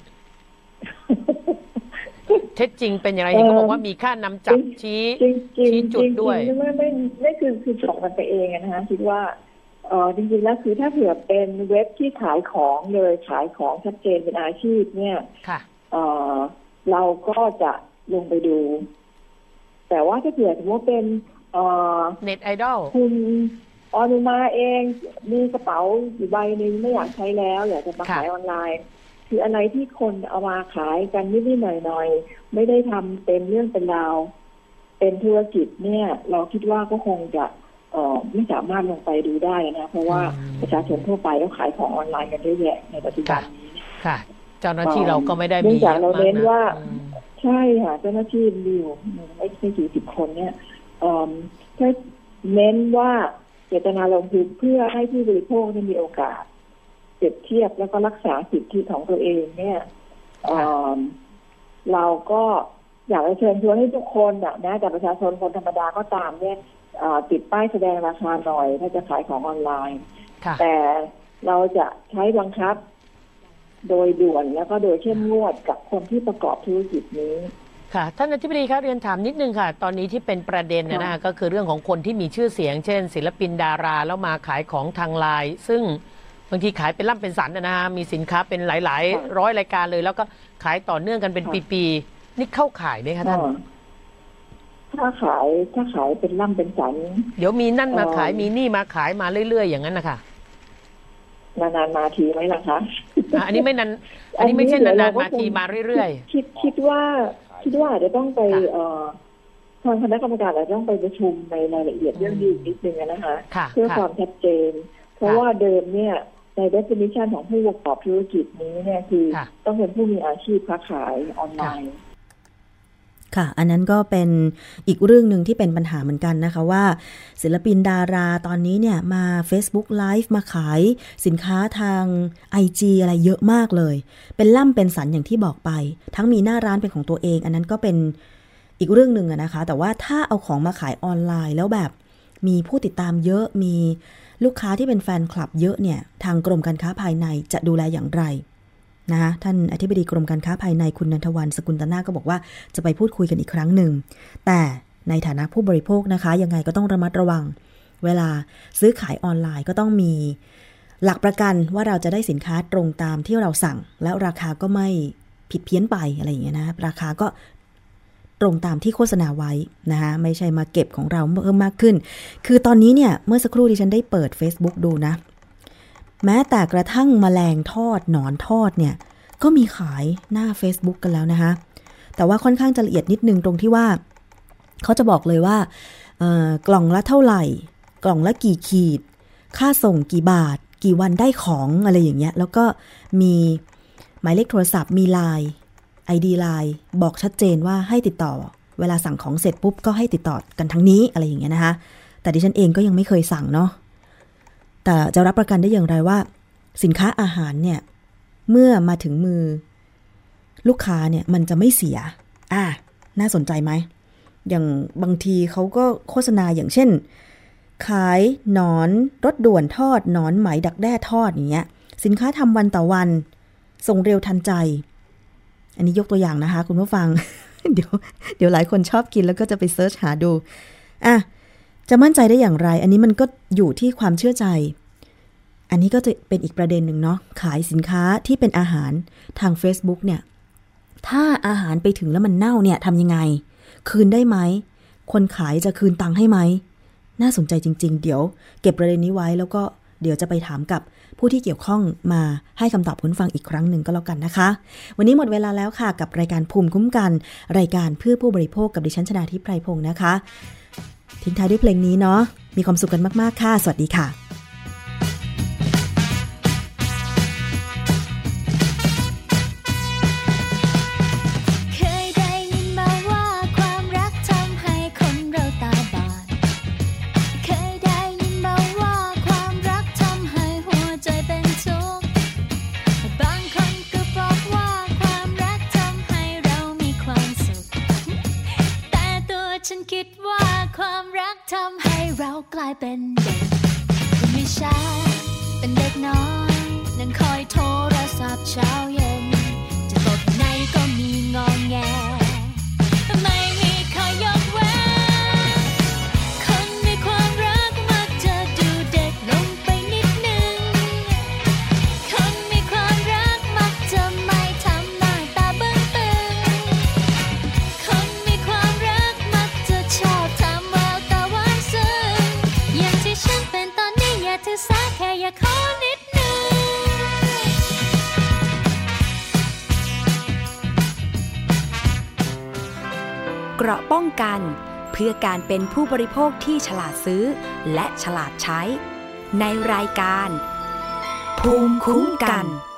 เท็จจริงเป็นอย่างไรเขาบอกว่ามีค่านำจับชี้จุดด้วยไม่คือส่งมันไปเองนะคะคิดว่าจริงๆแล้วคือถ้าเผื่อเป็นเว็บที่ขายของเลยขายของชัดเจนเป็นอาชีพเนี่ยเราก็จะลงไปดูแต่ว่าถ้าเผื่อสมมติเป็นเน็ตไอดอลคุณออนุมาเองมีกระเป๋าอยู่ใบนึงไม่อยากใช้แล้วอยากจะมาขายออนไลน์คืออะไรที่คนเอามาขายกันนิดๆหน่อยๆไม่ได้ทำเป็นเรื่องเป็นราวเป็นธุรกิจเนี่ยเราคิดว่าก็คงจะไม่สามารถลงไปดูได้นะเพราะว่าประชาชนทั่วไปก็ขายของออนไลน์กันเยอะแยะในปัจจุบันนี้ค่ะเจ้าหน้าที่เราก็ไม่ได้มีเนื่องจากเราเน้นว่าใช่ค่ะเจ้าหน้าที่มีอยู่ไม่กี่สิบคนเนี่ยถ้าเน้นว่าเจตนาลงทุนเพื่อให้ผู้บริโภคได้มีโอกาสเปรียบเทียบแล้วก็รักษาสิทธิของตัวเองเนี่ยเราก็อยากจะเชิญชวนให้ทุกคนนะแต่ประชาชนคนธรรมดาก็ตามเนี่ยติดป้ายแสดงราคาหน่อยถ้าจะขายของออนไลน์แต่เราจะใช้บังคับโดยด่วนแล้วก็โดยเข้มงวดกับคนที่ประกอบธุรกิจนี้ค่ะท่านอธิบดีคะเรียนถามนิดนึงค่ะตอนนี้ที่เป็นประเด็นนะก็คือเรื่องของคนที่มีชื่อเสียงเช่นศิลปินดาราแล้วมาขายของทางไลน์ซึ่งบางทีขายเป็นล่ำเป็นสันนะฮะมีสินค้าเป็นหลายๆร้อยรายการเลยแล้วก็ขายต่อเนื่องกันเป็นปีๆนี่เข้าขายไหมคะท่านถ้าขายเป็นล่ำเป็นสันเดี๋ยวมีนั่นมาขายมีนี่มาขายมาเรื่อยๆอย่างนั้นนะคะนานๆมาทีไหมล่ะคะอันนี้ไม่นานอันนี้ไม่ใช่นานๆมาทีมาเรื่อยๆคิดว่าอาจจะต้องไปทางคณะกรรมการอาจจะต้องไปประชุมในรายละเอียดเรื่องนี้นิดนึงนะคะเพื่อความชัดเจนเพราะว่าเดิมเนี่ยใน definition ของผู้ประกอบธุรกิจนี้เนี่ยคือต้องเป็นผู้มีอาชีพค้าขายออนไลน์ค่ะอันนั้นก็เป็นอีกเรื่องหนึ่งที่เป็นปัญหาเหมือนกันนะคะว่าศิลปินดาราตอนนี้เนี่ยมา Facebook Live มาขายสินค้าทาง IG อะไรเยอะมากเลยเป็นล่ำเป็นสันอย่างที่บอกไปทั้งมีหน้าร้านเป็นของตัวเองอันนั้นก็เป็นอีกเรื่องหนึ่งนะคะแต่ว่าถ้าเอาของมาขายออนไลน์แล้วแบบมีผู้ติดตามเยอะมีลูกค้าที่เป็นแฟนคลับเยอะเนี่ยทางกรมการค้าภายในจะดูแลอย่างไรนะคะท่านอธิบดีกรมการค้าภายในคุณนันทวรรณสกุลตนาก็บอกว่าจะไปพูดคุยกันอีกครั้งหนึ่งแต่ในฐานะผู้บริโภคนะคะยังไงก็ต้องระมัดระวังเวลาซื้อขายออนไลน์ก็ต้องมีหลักประกันว่าเราจะได้สินค้าตรงตามที่เราสั่งแล้วราคาก็ไม่ผิดเพี้ยนไปอะไรอย่างเงี้ยนะราคาก็ตรงตามที่โฆษณาไว้นะคะไม่ใช่มาเก็บของเราเพิ่มมากขึ้นคือตอนนี้เนี่ยเมื่อสักครู่ดิฉันได้เปิด Facebook ดูนะแม้แต่กระทั่งแมลงทอดหนอนทอดเนี่ยก็มีขายหน้า Facebook กันแล้วนะคะแต่ว่าค่อนข้างจะละเอียดนิดนึงตรงที่ว่าเขาจะบอกเลยว่ากล่องละเท่าไหร่กล่องละกี่ขีดค่าส่งกี่บาทกี่วันได้ของอะไรอย่างเงี้ยแล้วก็มีหมายเลขโทรศัพท์มี LINE ID LINE บอกชัดเจนว่าให้ติดต่อเวลาสั่งของเสร็จปุ๊บก็ให้ติดต่อกันทั้งนี้อะไรอย่างเงี้ยนะคะแต่ดิฉันเองก็ยังไม่เคยสั่งเนาะแต่จะรับประกันได้อย่างไรว่าสินค้าอาหารเนี่ยเมื่อมาถึงมือลูกค้าเนี่ยมันจะไม่เสียน่าสนใจไหมอย่างบางทีเขาก็โฆษณาอย่างเช่นขายหนอนรสด่วนทอดหนอนไหมดักแด้ทอดอย่างเงี้ยสินค้าทำวันต่อวันส่งเร็วทันใจอันนี้ยกตัวอย่างนะคะคุณผู้ฟัง เดี๋ยวหลายคนชอบกินแล้วก็จะไปเสิร์ชหาดูจะมั่นใจได้อย่างไรอันนี้มันก็อยู่ที่ความเชื่อใจอันนี้ก็จะเป็นอีกประเด็นหนึ่งเนาะขายสินค้าที่เป็นอาหารทาง Facebook เนี่ยถ้าอาหารไปถึงแล้วมันเน่าเนี่ยทำยังไงคืนได้ไหมคนขายจะคืนตังค์ให้ไหมน่าสนใจจริงๆเดี๋ยวเก็บประเด็นนี้ไว้แล้วก็เดี๋ยวจะไปถามกับผู้ที่เกี่ยวข้องมาให้คำตอบคุณฟังอีกครั้งหนึ่งก็แล้วกันนะคะวันนี้หมดเวลาแล้วค่ะกับรายการภูมิคุ้มกันรายการเพื่อผู้บริโภคกับดิฉันชนาธิปไพรพงษ์นะคะทิ้งท้ายด้วยเพลงนี้เนาะมีความสุขกันมากๆค่ะสวัสดีค่ะฉันคิดว่าความรักทำให้เรากลายเป็นเด็กคนไม่ช้าเป็นเด็กน้อยนั่งคอยโทรศัพท์เช้าเย็นจะกดไหนก็มีงอแงไม่มีข้อยกเว้นคนมีความรักมักจะดูเด็กลงไปนิดนึงคนมีความรักมักจะไม่ทำหน้าตาบึ้งตึงคนมีความรักมักจะชอบทำแววตาหวานซึ้งอย่างที่ฉันเป็นตอนนี้อย่าถือสาแค่อยากขอนิดนึงราะป้องกันเพื่อการเป็นผู้บริโภคที่ฉลาดซื้อและฉลาดใช้ในรายการภูมิคุ้มกัน